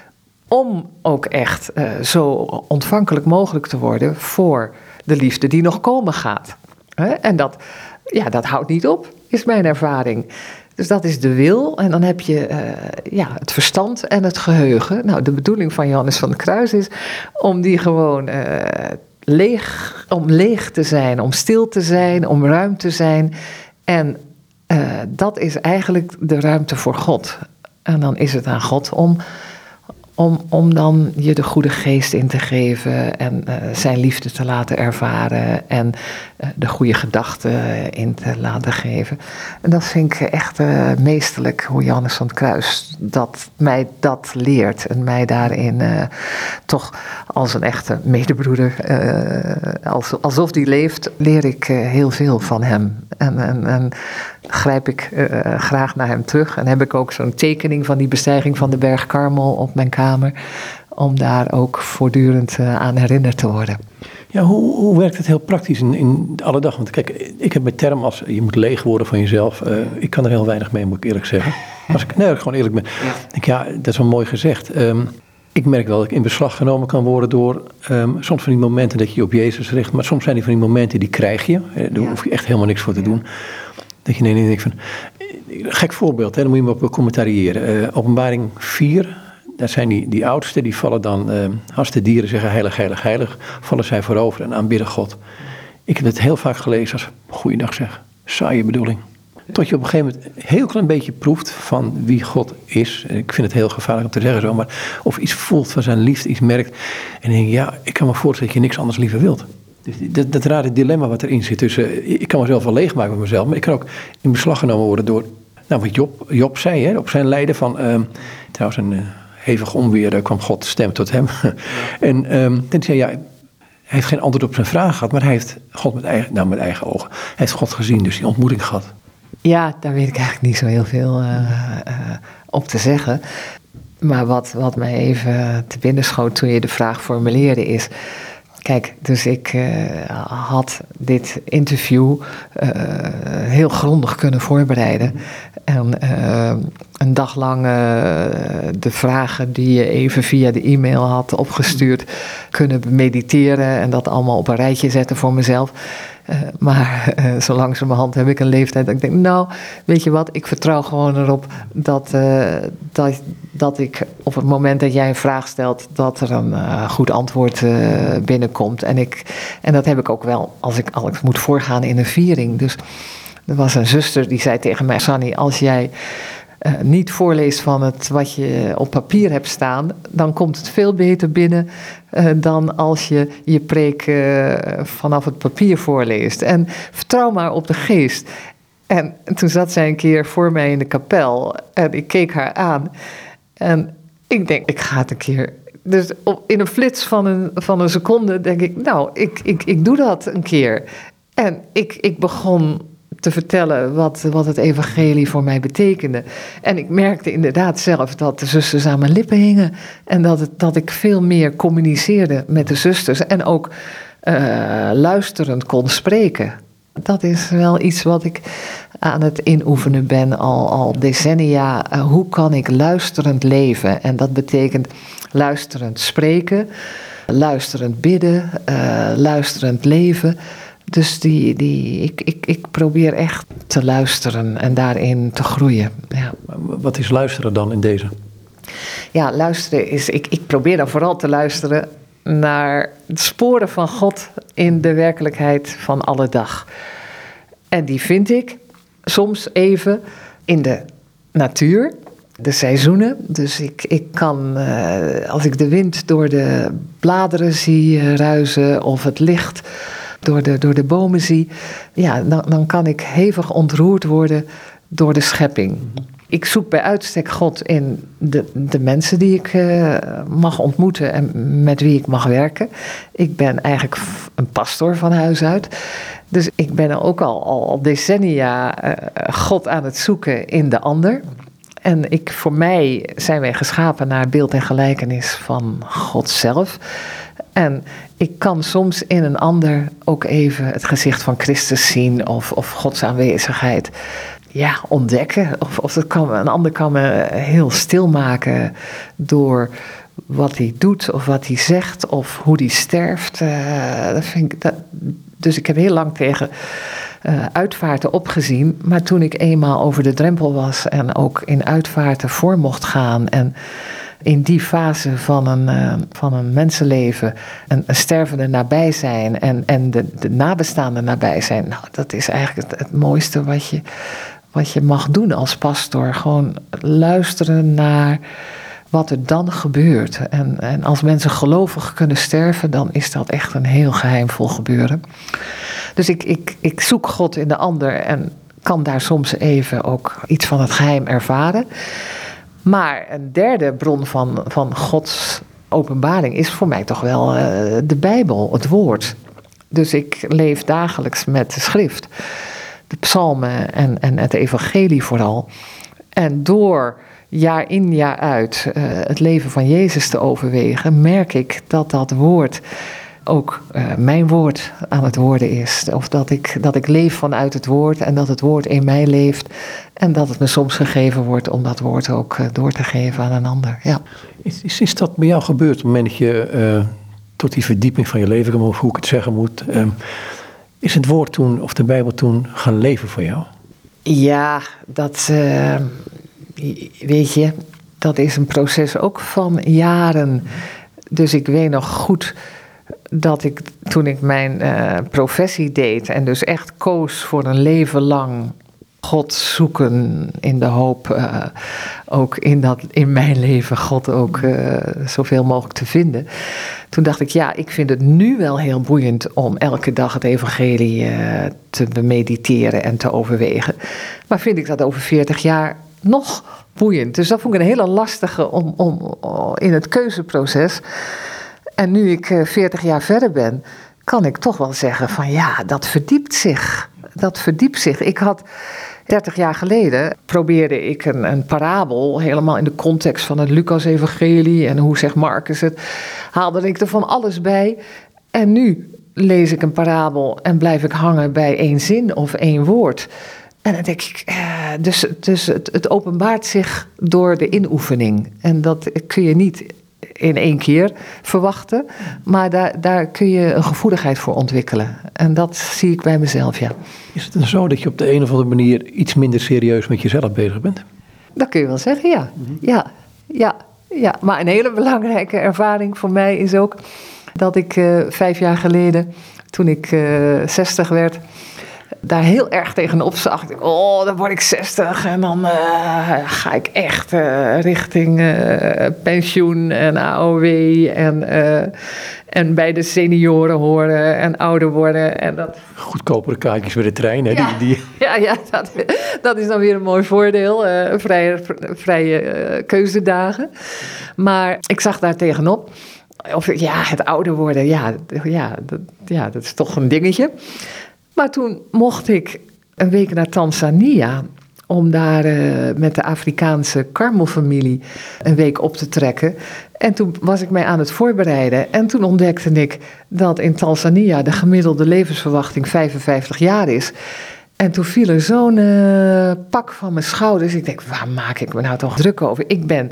om ook echt uh, zo ontvankelijk mogelijk te worden voor de liefde die nog komen gaat. He? En dat, ja, dat houdt niet op, is mijn ervaring. Dus dat is de wil en dan heb je uh, ja, het verstand en het geheugen. Nou, de bedoeling van Johannes van der Kruis is om die gewoon uh, leeg, om leeg te zijn, om stil te zijn, om ruim te zijn. En uh, dat is eigenlijk de ruimte voor God. En dan is het aan God om, om, om dan je de goede geest in te geven en uh, zijn liefde te laten ervaren en uh, de goede gedachten in te laten geven. En dat vind ik echt uh, meesterlijk hoe Johannes van het Kruis dat, mij dat leert en mij daarin uh, toch als een echte medebroeder, uh, als, alsof die leeft, leer ik uh, heel veel van hem. En, en, en grijp ik uh, graag naar hem terug. En heb ik ook zo'n tekening van die bestijging van de berg Karmel op mijn kamer, om daar ook voortdurend uh, aan herinnerd te worden. Ja, hoe, hoe werkt het heel praktisch in, in alle dag? Want kijk, ik heb mijn term als je moet leeg worden van jezelf. Uh, ik kan er heel weinig mee, moet ik eerlijk zeggen. Als ik nee, gewoon eerlijk ben. Ja. Denk, ja, dat is wel mooi gezegd. Um, ik merk wel dat ik in beslag genomen kan worden door um, soms van die momenten dat je je op Jezus richt. Maar soms zijn die van die momenten die krijg je. Daar ja. hoef je echt helemaal niks voor te doen. Dat je nee, nee, denkt van, gek voorbeeld, hè, dan moet je me op commentariëren. Uh, openbaring vier, daar zijn die, die oudsten, die vallen dan, uh, als de dieren zeggen heilig, heilig, heilig, vallen zij voorover en aanbidden God. Ik heb het heel vaak gelezen als, goeiedag zeg, saaie bedoeling. Tot je op een gegeven moment een heel klein beetje proeft van wie God is. Ik vind het heel gevaarlijk om te zeggen zo, maar of iets voelt van zijn liefde, iets merkt. En dan denk je, ja, ik kan me voorstellen dat je niks anders liever wilt. Dus dat, dat rare dilemma wat erin zit tussen, ik kan mezelf wel leegmaken met mezelf, maar ik kan ook in beslag genomen worden door, nou wat Job, Job zei, hè, op zijn lijden van, uh, trouwens een uh, hevig onweer, daar kwam God stem tot hem. Ja. En um, dan zei ja, hij heeft geen antwoord op zijn vraag gehad, maar hij heeft God met eigen, nou met eigen ogen, hij heeft God gezien, dus die ontmoeting gehad. Ja, daar weet ik eigenlijk niet zo heel veel uh, uh, op te zeggen. Maar wat, wat mij even te binnen schoot toen je de vraag formuleerde is, kijk, dus ik uh, had dit interview uh, heel grondig kunnen voorbereiden. En uh, een dag lang uh, de vragen die je even via de e-mail had opgestuurd kunnen mediteren en dat allemaal op een rijtje zetten voor mezelf. Uh, maar uh, zo langzamerhand heb ik een leeftijd dat ik denk, nou, weet je wat, ik vertrouw gewoon erop dat, uh, dat, dat ik op het moment dat jij een vraag stelt, dat er een uh, goed antwoord uh, binnenkomt. En, ik, en dat heb ik ook wel als ik, als ik moet voorgaan in een viering. Dus er was een zuster die zei tegen mij, Sanny, als jij Uh, niet voorleest van het wat je op papier hebt staan, dan komt het veel beter binnen uh, dan als je je preek uh, vanaf het papier voorleest. En vertrouw maar op de geest. En toen zat zij een keer voor mij in de kapel en ik keek haar aan en ik denk, ik ga het een keer. Dus op, in een flits van een, van een seconde denk ik, nou, ik, ik, ik doe dat een keer. En ik, ik begon te vertellen wat, wat het evangelie voor mij betekende. En ik merkte inderdaad zelf dat de zusters aan mijn lippen hingen. En dat, het, dat ik veel meer communiceerde met de zusters. En ook uh, luisterend kon spreken. Dat is wel iets wat ik aan het inoefenen ben al, al decennia. Uh, hoe kan ik luisterend leven? En dat betekent luisterend spreken, luisterend bidden, uh, luisterend leven. Dus die, die, ik, ik, ik probeer echt te luisteren en daarin te groeien. Ja. Wat is luisteren dan in deze? Ja, luisteren is, ik, ik probeer dan vooral te luisteren naar de sporen van God in de werkelijkheid van alle dag. En die vind ik soms even in de natuur, de seizoenen. Dus ik, ik kan, uh, als ik de wind door de bladeren zie uh, ruizen of het licht door de, door de bomen zie, ja, dan, dan kan ik hevig ontroerd worden door de schepping. Mm-hmm. Ik zoek bij uitstek God in de, de mensen die ik uh, mag ontmoeten en met wie ik mag werken. Ik ben eigenlijk een pastoor van huis uit. Dus ik ben ook al, al decennia uh, God aan het zoeken in de ander. En ik, voor mij zijn wij geschapen naar beeld en gelijkenis van God zelf. En ik kan soms in een ander ook even het gezicht van Christus zien of, of Gods aanwezigheid ja, ontdekken. Of, of het kan, een ander kan me heel stil maken door wat hij doet of wat hij zegt of hoe hij sterft. Uh, dat vind ik, dat, dus ik heb heel lang tegen uh, uitvaarten opgezien. Maar toen ik eenmaal over de drempel was en ook in uitvaarten voor mocht gaan en in die fase van een, uh, van een mensenleven een, een stervende nabij zijn en, en de, de nabestaanden nabij zijn. Nou, dat is eigenlijk het, het mooiste wat je, wat je mag doen als pastoor. Gewoon luisteren naar wat er dan gebeurt. En, en als mensen gelovig kunnen sterven, dan is dat echt een heel geheimvol gebeuren. Dus ik, ik, ik zoek God in de ander en kan daar soms even ook iets van het geheim ervaren. Maar een derde bron van, van Gods openbaring is voor mij toch wel uh, de Bijbel, het woord. Dus ik leef dagelijks met de schrift, de psalmen en, en het evangelie vooral. En door jaar in jaar uit uh, het leven van Jezus te overwegen, merk ik dat dat woord ook uh, mijn woord aan het worden is. Of dat ik, dat ik leef vanuit het woord en dat het woord in mij leeft. En dat het me soms gegeven wordt om dat woord ook uh, door te geven aan een ander. Ja. Is, is, is dat bij jou gebeurd op het moment dat je uh, tot die verdieping van je leven kwam, of hoe ik het zeggen moet? Um, is het woord toen, of de Bijbel toen, gaan leven voor jou? Ja, dat, uh, weet je, dat is een proces ook van jaren. Dus ik weet nog goed dat ik, toen ik mijn uh, professie deed en dus echt koos voor een leven lang God zoeken in de hoop uh, ook in, dat, in mijn leven God ook uh, zoveel mogelijk te vinden. Toen dacht ik, ja, ik vind het nu wel heel boeiend om elke dag het evangelie uh, te bemediteren en te overwegen. Maar vind ik dat over veertig jaar nog boeiend. Dus dat vond ik een hele lastige om, om, in het keuzeproces. En nu ik uh, veertig jaar verder ben, kan ik toch wel zeggen van ja, dat verdiept zich. Dat verdiept zich. Ik had dertig jaar geleden probeerde ik een, een parabel, helemaal in de context van het Lucas-evangelie en hoe zegt Marcus het, haalde ik er van alles bij. En nu lees ik een parabel en blijf ik hangen bij één zin of één woord. En dan denk ik, eh, dus, dus het, het openbaart zich door de inoefening. En dat kun je niet in één keer verwachten, maar daar, daar kun je een gevoeligheid voor ontwikkelen. En dat zie ik bij mezelf, ja. Is het dan zo dat je op de een of andere manier iets minder serieus met jezelf bezig bent? Dat kun je wel zeggen, ja. Ja, ja, ja. Maar een hele belangrijke ervaring voor mij is ook dat ik uh, vijf jaar geleden, toen ik uh, zestig werd, daar heel erg tegenop zag. Ik dacht, oh, dan word ik zestig en dan uh, ga ik echt uh, richting uh, pensioen en A O W en, uh, en bij de senioren horen en ouder worden. En dat... Goedkopere kaartjes bij de trein, hè? Ja, die, die... ja, ja dat, dat is dan weer een mooi voordeel. Uh, vrije vrije uh, keuzedagen. Maar ik zag daar tegenop. Of ja, het ouder worden, ja, ja, dat, ja, dat is toch een dingetje. Maar toen mocht ik een week naar Tanzania om daar uh, met de Afrikaanse Karmelfamilie een week op te trekken. En toen was ik mij aan het voorbereiden en toen ontdekte ik dat in Tanzania de gemiddelde levensverwachting vijfenvijftig jaar is. En toen viel er zo'n uh, pak van mijn schouders. Ik denk, waar maak ik me nou toch druk over? Ik ben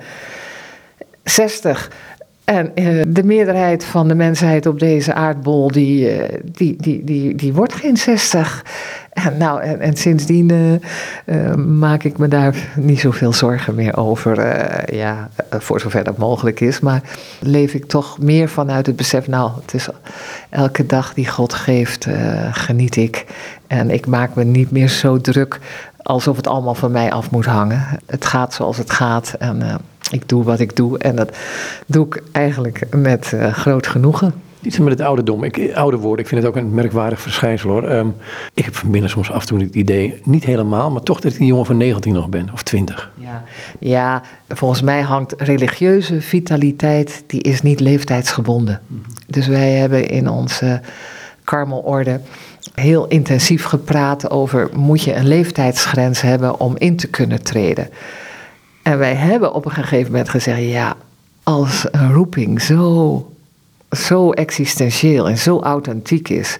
zestig. En uh, de meerderheid van de mensheid op deze aardbol, die, uh, die, die, die, die wordt geen zestig. En, nou, en, en sindsdien uh, uh, maak ik me daar niet zoveel zorgen meer over. Uh, ja, uh, voor zover dat mogelijk is. Maar leef ik toch meer vanuit het besef, nou, het is elke dag die God geeft, uh, geniet ik. En ik maak me niet meer zo druk alsof het allemaal van mij af moet hangen. Het gaat zoals het gaat en uh, ik doe wat ik doe. En dat doe ik eigenlijk met uh, groot genoegen. Iets met het ouderdom. Ik, ouder worden, ik vind het ook een merkwaardig verschijnsel hoor. Um, ik heb van binnen soms af en toe het idee, niet helemaal, maar toch dat ik een jongen van negentien nog ben, of twintig. Ja, ja, volgens mij hangt religieuze vitaliteit, die is niet leeftijdsgebonden. Mm-hmm. Dus wij hebben in onze Karmelorde heel intensief gepraat over, moet je een leeftijdsgrens hebben om in te kunnen treden? En wij hebben op een gegeven moment gezegd, ja, als een roeping zo zo existentieel en zo authentiek is,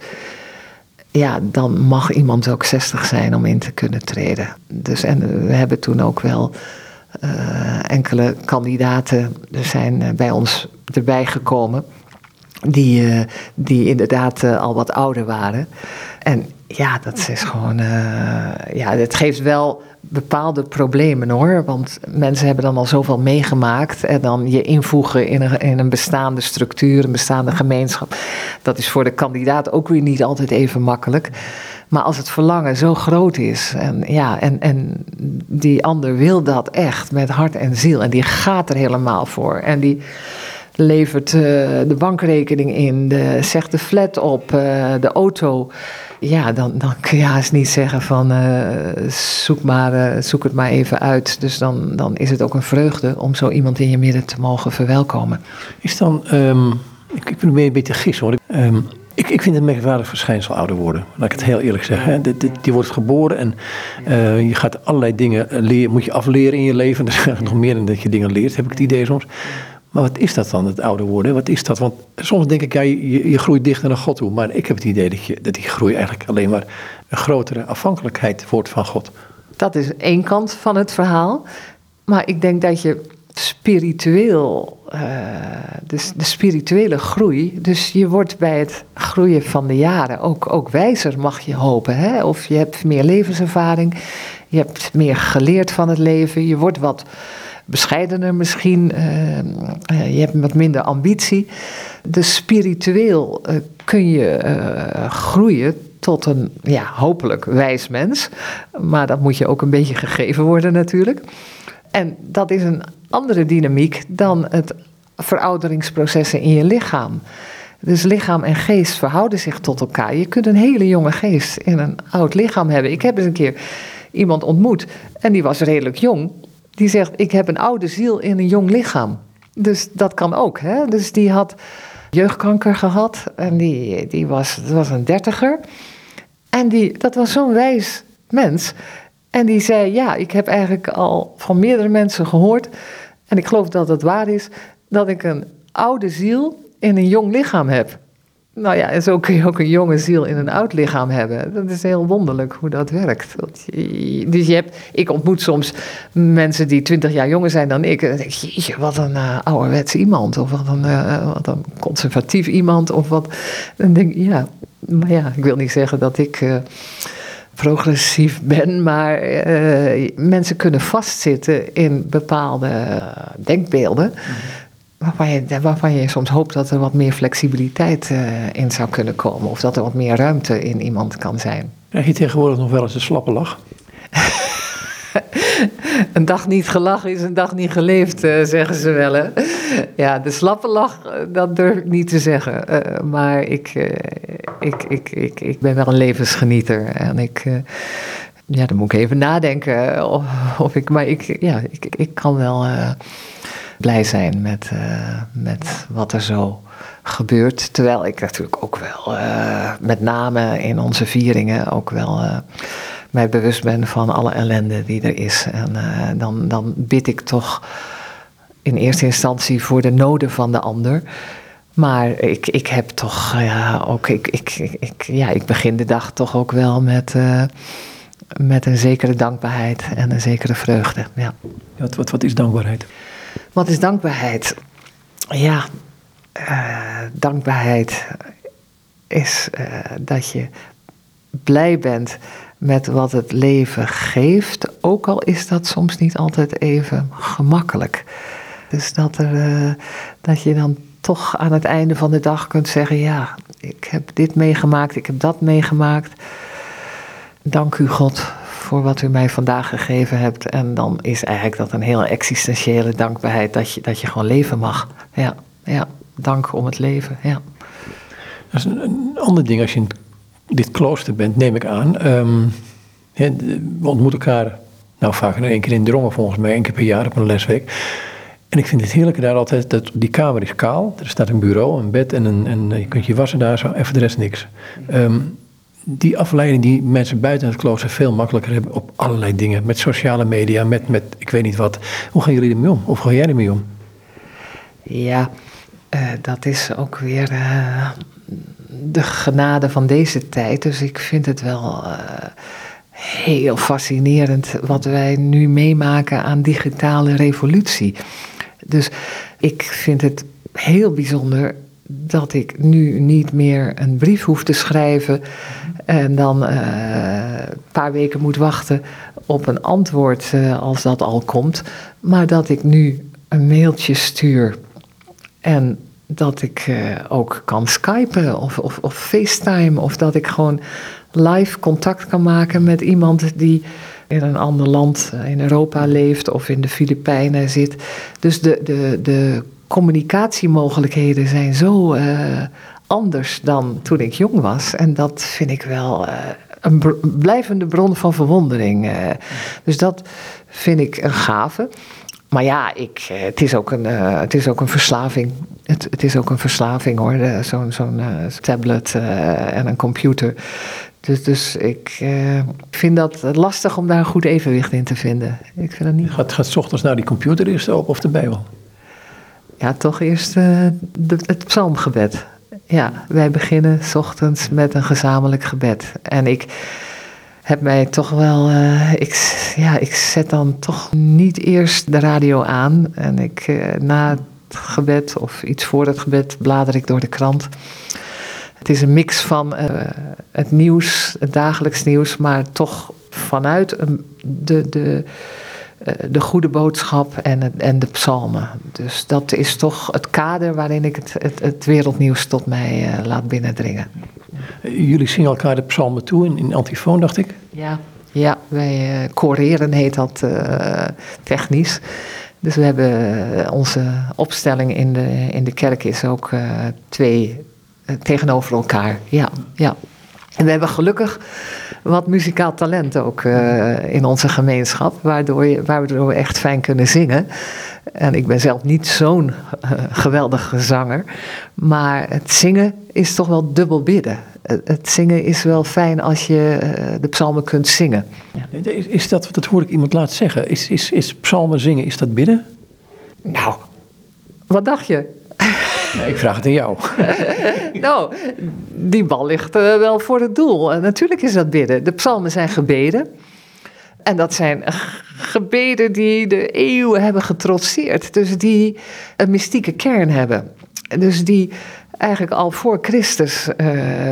ja, dan mag iemand ook zestig zijn om in te kunnen treden. Dus, en we hebben toen ook wel uh, enkele kandidaten er zijn uh, bij ons erbij gekomen, die, uh, die inderdaad uh, al wat ouder waren. En ja, dat is gewoon, uh, ja, het geeft wel bepaalde problemen hoor, want mensen hebben dan al zoveel meegemaakt en dan je invoegen in een, in een bestaande structuur, een bestaande gemeenschap. Dat is voor de kandidaat ook weer niet altijd even makkelijk. Maar als het verlangen zo groot is en, ja, en, en die ander wil dat echt met hart en ziel en die gaat er helemaal voor en die levert uh, de bankrekening in, de, zegt de flat op, uh, de auto. Ja, dan, dan kun je haast niet zeggen van uh, zoek, maar, uh, zoek het maar even uit. Dus dan, dan is het ook een vreugde om zo iemand in je midden te mogen verwelkomen. Is dan, um, ik, ik ben een beetje gissen hoor. Um, ik, ik vind het een merkwaardig verschijnsel ouder worden. Laat ik het heel eerlijk zeggen. Hè. Die, die, die wordt geboren en uh, je gaat allerlei dingen leren, moet je afleren in je leven. Dat is nog meer dan dat je dingen leert, heb ik het idee soms. Maar wat is dat dan, het ouder worden? Wat is dat? Want soms denk ik, ja, je, je groeit dichter naar God toe. Maar ik heb het idee dat, je, dat die groei eigenlijk alleen maar een grotere afhankelijkheid wordt van God. Dat is één kant van het verhaal. Maar ik denk dat je spiritueel, uh, dus de spirituele groei, dus je wordt bij het groeien van de jaren ook, ook wijzer, mag je hopen. Hè? Of je hebt meer levenservaring, je hebt meer geleerd van het leven, je wordt wat bescheidener misschien, uh, je hebt wat minder ambitie. Dus spiritueel uh, kun je uh, groeien tot een, ja, hopelijk wijs mens. Maar dat moet je ook een beetje gegeven worden natuurlijk. En dat is een andere dynamiek dan het verouderingsprocessen in je lichaam. Dus lichaam en geest verhouden zich tot elkaar. Je kunt een hele jonge geest in een oud lichaam hebben. Ik heb eens een keer iemand ontmoet en die was redelijk jong. Die zegt, ik heb een oude ziel in een jong lichaam. Dus dat kan ook. Hè? Dus die had jeugdkanker gehad. En die, die was, dat was een dertiger. En die, dat was zo'n wijs mens. En die zei, ja, ik heb eigenlijk al van meerdere mensen gehoord. En ik geloof dat het waar is. Dat ik een oude ziel in een jong lichaam heb. Nou ja, en zo kun je ook een jonge ziel in een oud lichaam hebben. Dat is heel wonderlijk hoe dat werkt. Dus je hebt, ik ontmoet soms mensen die twintig jaar jonger zijn dan ik. En dan denk ik, jeetje, wat een uh, ouderwets iemand. Of wat een, uh, wat een conservatief iemand. Of wat. Dan denk ik, ja, maar ja, ik wil niet zeggen dat ik uh, progressief ben. Maar uh, mensen kunnen vastzitten in bepaalde uh, denkbeelden. Mm-hmm. Waarvan je, waarvan je soms hoopt dat er wat meer flexibiliteit uh, in zou kunnen komen. Of dat er wat meer ruimte in iemand kan zijn. Krijg je tegenwoordig nog wel eens een slappe lach? Een dag niet gelachen is een dag niet geleefd, uh, zeggen ze wel. Hè? Ja, de slappe lach, dat durf ik niet te zeggen. Uh, maar ik, uh, ik, ik, ik, ik ben wel een levensgenieter. En ik... Uh, ja, dan moet ik even nadenken. Of, of ik, maar ik, ja, ik, ik kan wel... Uh, blij zijn met, uh, met wat er zo gebeurt. Terwijl ik natuurlijk ook wel, uh, met name in onze vieringen, ook wel uh, mij bewust ben van alle ellende die er is. En uh, dan, dan bid ik toch in eerste instantie voor de noden van de ander. Maar ik, ik heb toch, ja, ook, ik, ik, ik, ja, ik begin de dag toch ook wel met... Uh, met een zekere dankbaarheid en een zekere vreugde. Ja. Wat, wat, wat is dankbaarheid? Wat is dankbaarheid? Ja, uh, dankbaarheid is uh, dat je blij bent met wat het leven geeft. Ook al is dat soms niet altijd even gemakkelijk. Dus dat, er, uh, dat je dan toch aan het einde van de dag kunt zeggen... ja, ik heb dit meegemaakt, ik heb dat meegemaakt. Dank u God voor wat u mij vandaag gegeven hebt. En dan is eigenlijk dat een heel existentiële dankbaarheid... dat je, dat je gewoon leven mag. Ja, ja, dank om het leven, ja. Dat is een, een ander ding als je in dit klooster bent, neem ik aan. Um, he, we ontmoeten elkaar nou vaak één keer in Drongen volgens mij, één keer per jaar op een lesweek. En ik vind het heerlijke daar altijd, dat die kamer is kaal. Er staat een bureau, een bed en, een, en je kunt je wassen daar zo, en voor de rest niks. Um, die afleiding die mensen buiten het klooster veel makkelijker hebben op allerlei dingen. Met sociale media, met, met ik weet niet wat. Hoe gaan jullie ermee om? Of ga jij ermee om? Ja, uh, dat is ook weer uh, de genade van deze tijd. Dus ik vind het wel uh, heel fascinerend wat wij nu meemaken aan digitale revolutie. Dus ik vind het heel bijzonder dat ik nu niet meer een brief hoef te schrijven en dan uh, een paar weken moet wachten op een antwoord uh, als dat al komt, maar dat ik nu een mailtje stuur en dat ik uh, ook kan skypen of, of, of FaceTime of dat ik gewoon live contact kan maken met iemand die in een ander land in Europa leeft of in de Filipijnen zit. Dus de, de, de communicatiemogelijkheden zijn zo uh, anders dan toen ik jong was. En dat vind ik wel uh, een br- blijvende bron van verwondering. Uh, dus dat vind ik een gave. Maar ja, ik, het, is ook een, uh, het is ook een verslaving. Het, het is ook een verslaving hoor, de, zo'n, zo'n uh, tablet uh, en een computer. Dus, dus ik uh, vind dat lastig om daar een goed evenwicht in te vinden. Ik vind dat niet. Gaat, gaat 's ochtends naar die computer eerst open of de Bijbel? Ja, toch eerst uh, de, het psalmgebed. Ja, wij beginnen 's ochtends met een gezamenlijk gebed. En ik heb mij toch wel... Uh, ik, ja, ik zet dan toch niet eerst de radio aan. En ik, uh, na het gebed of iets voor het gebed blader ik door de krant. Het is een mix van uh, het nieuws, het dagelijks nieuws, maar toch vanuit um, de... de de goede boodschap en, het, en de psalmen. Dus dat is toch het kader waarin ik het, het, het wereldnieuws tot mij uh, laat binnendringen. Jullie zingen elkaar de psalmen toe in, in antifoon, dacht ik? Ja, ja wij uh, choreren heet dat uh, technisch. Dus we hebben uh, onze opstelling in de, in de kerk is ook uh, twee uh, tegenover elkaar. Ja, ja. En we hebben gelukkig wat muzikaal talent ook uh, in onze gemeenschap, waardoor, je, waardoor we echt fijn kunnen zingen. En ik ben zelf niet zo'n uh, geweldige zanger, maar het zingen is toch wel dubbel bidden. Het, het zingen is wel fijn als je uh, de psalmen kunt zingen. Ja. Is, is dat, dat hoor ik iemand laten zeggen, is, is, is psalmen zingen, is dat bidden? Nou, wat dacht je? Ja, ik vraag het aan jou. Nou, die bal ligt uh, wel voor het doel. Uh, natuurlijk is dat bidden. De psalmen zijn gebeden. En dat zijn gebeden die de eeuwen hebben getrotseerd. Dus die een mystieke kern hebben. Dus die eigenlijk al voor Christus uh,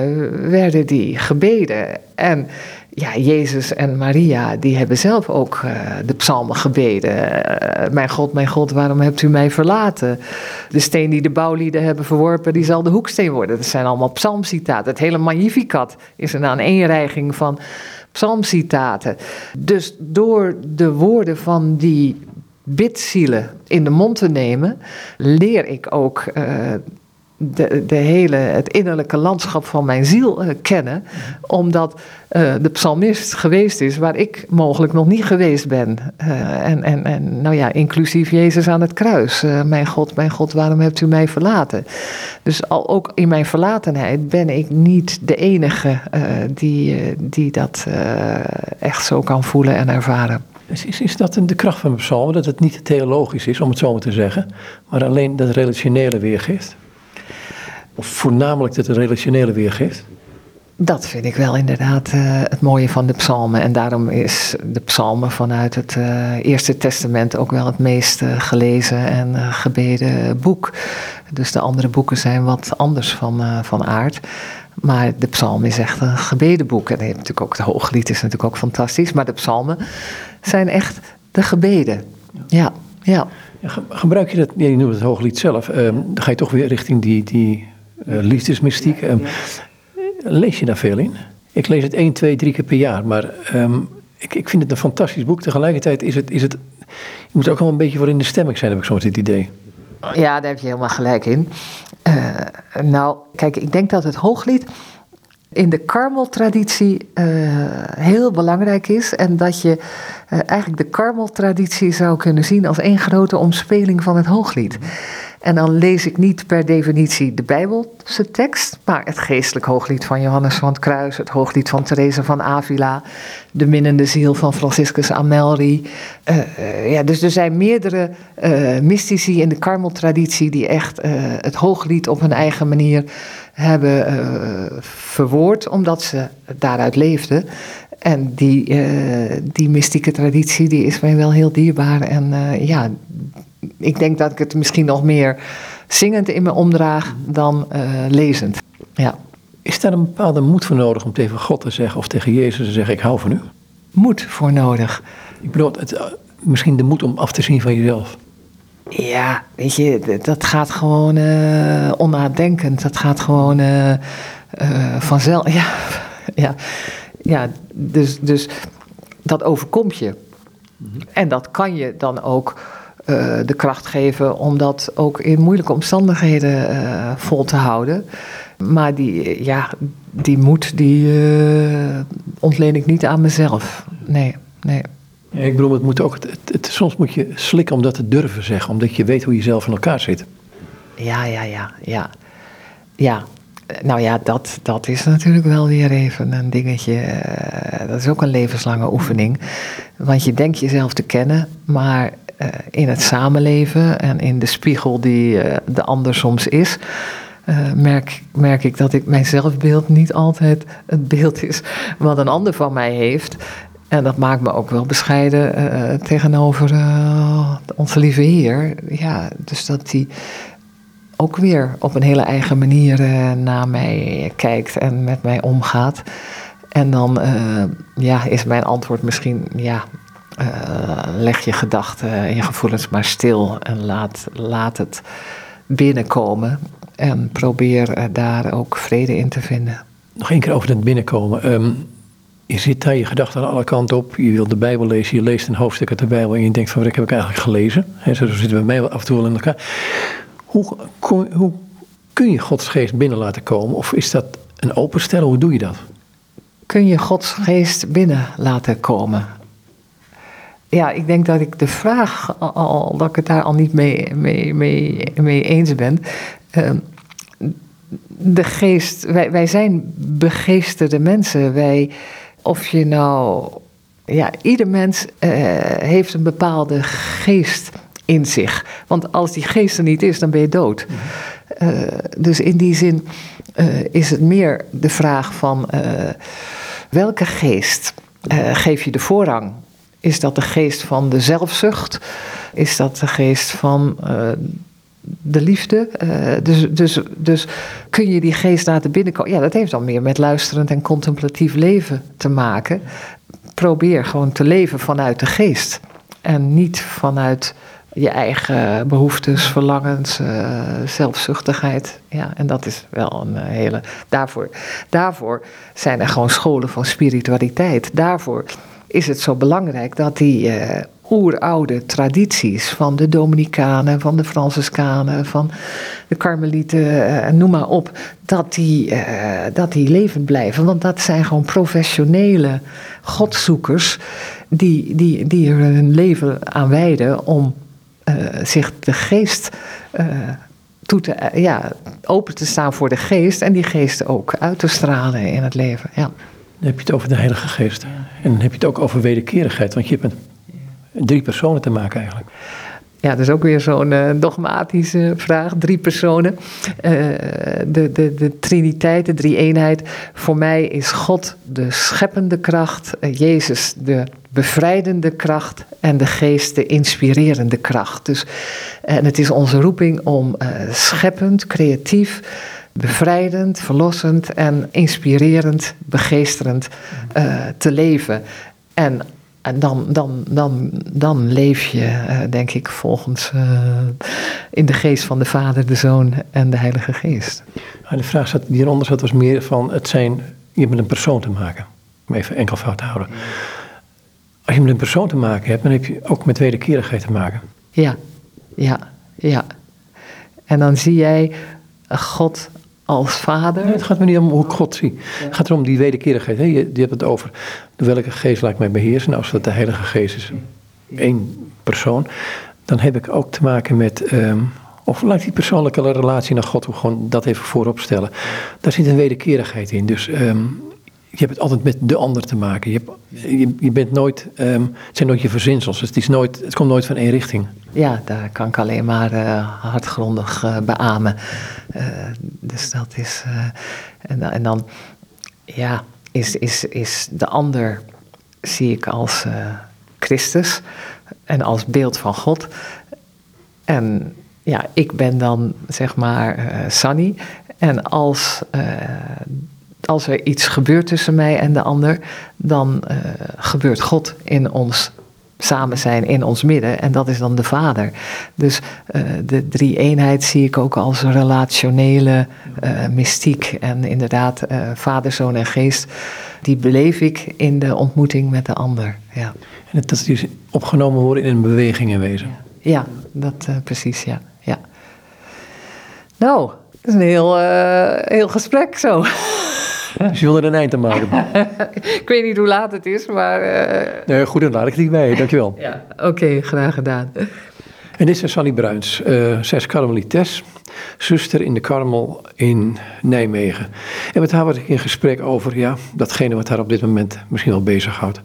werden die gebeden. En ja, Jezus en Maria, die hebben zelf ook uh, de psalmen gebeden. Uh, mijn God, mijn God, waarom hebt u mij verlaten? De steen die de bouwlieden hebben verworpen, die zal de hoeksteen worden. Dat zijn allemaal psalmcitaten. Het hele Magnificat is een aaneenreiging van psalmcitaten. Dus door de woorden van die bidzielen in de mond te nemen, leer ik ook uh, de, de hele, het innerlijke landschap van mijn ziel uh, kennen. Omdat uh, de psalmist geweest is waar ik mogelijk nog niet geweest ben. Uh, en, en, en nou ja, inclusief Jezus aan het kruis. Uh, mijn God, mijn God, waarom hebt u mij verlaten? Dus al ook in mijn verlatenheid ben ik niet de enige uh, die, uh, die dat uh, echt zo kan voelen en ervaren. Is, is, is dat de kracht van de psalmen, dat het niet theologisch is, om het zo maar te zeggen, maar alleen dat relationele weergeeft? Of voornamelijk dat het relationele weergeeft? Dat vind ik wel inderdaad uh, het mooie van de psalmen. En daarom is de psalmen vanuit het uh, Eerste Testament ook wel het meest uh, gelezen en uh, gebeden boek. Dus de andere boeken zijn wat anders van, uh, van aard. Maar de psalm is echt een gebedenboek. En je hebt natuurlijk ook, het Hooglied is natuurlijk ook fantastisch. Maar de psalmen zijn echt de gebeden. Ja, ja. Ja, gebruik je dat, ja, je noemt het Hooglied zelf, um, dan ga je toch weer richting die, die uh, liefdesmystiek. Um, lees je daar veel in? Ik lees het één, twee, drie keer per jaar. Maar um, ik, ik vind het een fantastisch boek. Tegelijkertijd is het, is het, je moet ook wel een beetje voor in de stemming zijn, heb ik soms het idee. Ja, daar heb je helemaal gelijk in. Uh, nou, kijk, ik denk dat het Hooglied in de Karmeltraditie uh, heel belangrijk is. En dat je uh, eigenlijk de Karmeltraditie zou kunnen zien als één grote omspeling van het Hooglied. En dan lees ik niet per definitie de Bijbelse tekst, maar het geestelijk hooglied van Johannes van het Kruis, het hooglied van Therese van Avila, de minnende ziel van Franciscus Amelri. Uh, uh, ja, dus er zijn meerdere uh, mystici in de Karmeltraditie die echt uh, het hooglied op hun eigen manier hebben uh, verwoord, omdat ze daaruit leefden. En die, uh, die mystieke traditie die is mij wel heel dierbaar. En uh, ja, ik denk dat ik het misschien nog meer zingend in me omdraag dan uh, lezend. Ja. Is daar een bepaalde moed voor nodig om tegen God te zeggen of tegen Jezus te zeggen, ik hou van u? Moed voor nodig. Ik bedoel, het, uh, misschien de moed om af te zien van jezelf. Ja, weet je, dat gaat gewoon uh, onnadenkend. Dat gaat gewoon uh, uh, vanzelf. Ja, ja, ja dus, dus dat overkomt je. Mm-hmm. En dat kan je dan ook uh, de kracht geven om dat ook in moeilijke omstandigheden uh, vol te houden. Maar die, ja, die moed, die uh, ontleen ik niet aan mezelf. Nee, nee. Ja, ik bedoel, het moet ook, het, het, soms moet je slikken om dat te durven zeggen, omdat je weet hoe je zelf in elkaar zit. Ja, ja, ja, ja. Ja, nou ja, dat, dat is natuurlijk wel weer even een dingetje. Uh, dat is ook een levenslange oefening. Want je denkt jezelf te kennen, maar uh, in het samenleven en in de spiegel die uh, de ander soms is, Uh, merk, merk ik dat ik mijn zelfbeeld niet altijd het beeld is wat een ander van mij heeft. En dat maakt me ook wel bescheiden uh, tegenover uh, onze lieve Heer. Ja, dus dat hij ook weer op een hele eigen manier uh, naar mij kijkt en met mij omgaat. En dan uh, ja, is mijn antwoord misschien, ja, uh, leg je gedachten en je gevoelens maar stil en laat, laat het binnenkomen. En probeer uh, daar ook vrede in te vinden. Nog één keer over het binnenkomen. Um, je zit daar, je gedachten aan alle kanten op. Je wilt de Bijbel lezen, je leest een hoofdstuk uit de Bijbel en je denkt van, wat heb ik eigenlijk gelezen? He, zo zitten we mij af en toe wel in elkaar. Hoe, hoe kun je Gods geest binnen laten komen? Of is dat een openstellen? Hoe doe je dat? Kun je Gods geest binnen laten komen? Ja, ik denk dat ik de vraag, al, dat ik het daar al niet mee, mee, mee, mee eens ben. Uh, de geest, wij, wij zijn begeesterde mensen. Wij, of je nou, ja, ieder mens uh, heeft een bepaalde geest in zich. Want als die geest er niet is, dan ben je dood. Uh, dus in die zin uh, is het meer de vraag van uh, welke geest uh, geef je de voorrang? Is dat de geest van de zelfzucht? Is dat de geest van uh, de liefde? Uh, dus, dus, dus kun je die geest laten binnenkomen? Ja, dat heeft dan meer met luisterend en contemplatief leven te maken. Probeer gewoon te leven vanuit de geest. En niet vanuit je eigen behoeftes, verlangens, uh, zelfzuchtigheid. Ja, en dat is wel een hele... Daarvoor, daarvoor zijn er gewoon scholen van spiritualiteit. Daarvoor is het zo belangrijk dat die uh, oeroude tradities van de Dominicanen, van de Franciscanen, van de Karmelieten, uh, noem maar op, dat die, uh, dat die levend blijven. Want dat zijn gewoon professionele godzoekers die, die, die er hun leven aan wijden om uh, zich de geest uh, toe te, uh, ja, open te staan voor de geest en die geest ook uit te stralen in het leven. Ja. Dan heb je het over de Heilige Geest. En dan heb je het ook over wederkerigheid. Want je hebt met drie personen te maken eigenlijk. Ja, dat is ook weer zo'n uh, dogmatische vraag. Drie personen. Uh, de, de, de triniteit, de drie-eenheid. Voor mij is God de scheppende kracht. Uh, Jezus de bevrijdende kracht. En de Geest de inspirerende kracht. Dus, en het is onze roeping om uh, scheppend, creatief, bevrijdend, verlossend en inspirerend, begeesterend uh, te leven. En, en dan, dan, dan, dan leef je, uh, denk ik, volgens uh, in de geest van de Vader, de Zoon en de Heilige Geest. De vraag zat, die eronder zat was meer van, het zijn, je hebt met een persoon te maken. Om even enkelvoud te houden. Als je met een persoon te maken hebt, dan heb je ook met wederkerigheid te maken. Ja, ja, ja. En dan zie jij God als vader. Nee, het gaat me niet om hoe ik God zie. Ja. Het gaat erom die wederkerigheid. Hè? Je, je hebt het over welke geest laat ik mij beheersen. Nou, als dat de Heilige Geest is, één persoon. Dan heb ik ook te maken met um, Of laat die persoonlijke relatie naar God gewoon dat even voorop stellen. Daar zit een wederkerigheid in. Dus um, je hebt het altijd met de ander te maken. Je, hebt, je, je bent nooit, um, het zijn nooit je verzinsels. Het, is nooit, het komt nooit van één richting. Ja, daar kan ik alleen maar uh, hardgrondig uh, beamen. Uh, dus dat is... Uh, en, en dan, ja, is, is, is de ander, zie ik als uh, Christus en als beeld van God. En ja, ik ben dan, zeg maar, uh, Sunny. En als... Uh, Als er iets gebeurt tussen mij en de ander, dan uh, gebeurt God in ons samen zijn, in ons midden. En dat is dan de Vader. Dus uh, de drie-eenheid zie ik ook als een relationele uh, mystiek. En inderdaad, uh, Vader, Zoon en Geest, die beleef ik in de ontmoeting met de ander. Ja. En dat die opgenomen worden in een beweging in wezen. Ja, ja dat uh, precies, ja. ja. Nou, dat is een heel, uh, heel gesprek zo. Dus je wilde er een eind aan maken. Ik weet niet hoe laat het is, maar... Uh... Nee, goed, dan laat ik die bij. Dankjewel. Ja, oké, okay, graag gedaan. En dit is Sunny Bruins. Uh, zij is karmelites, zuster in de Karmel in Nijmegen. En met haar was ik in gesprek over ja, datgene wat haar op dit moment misschien wel bezighoudt.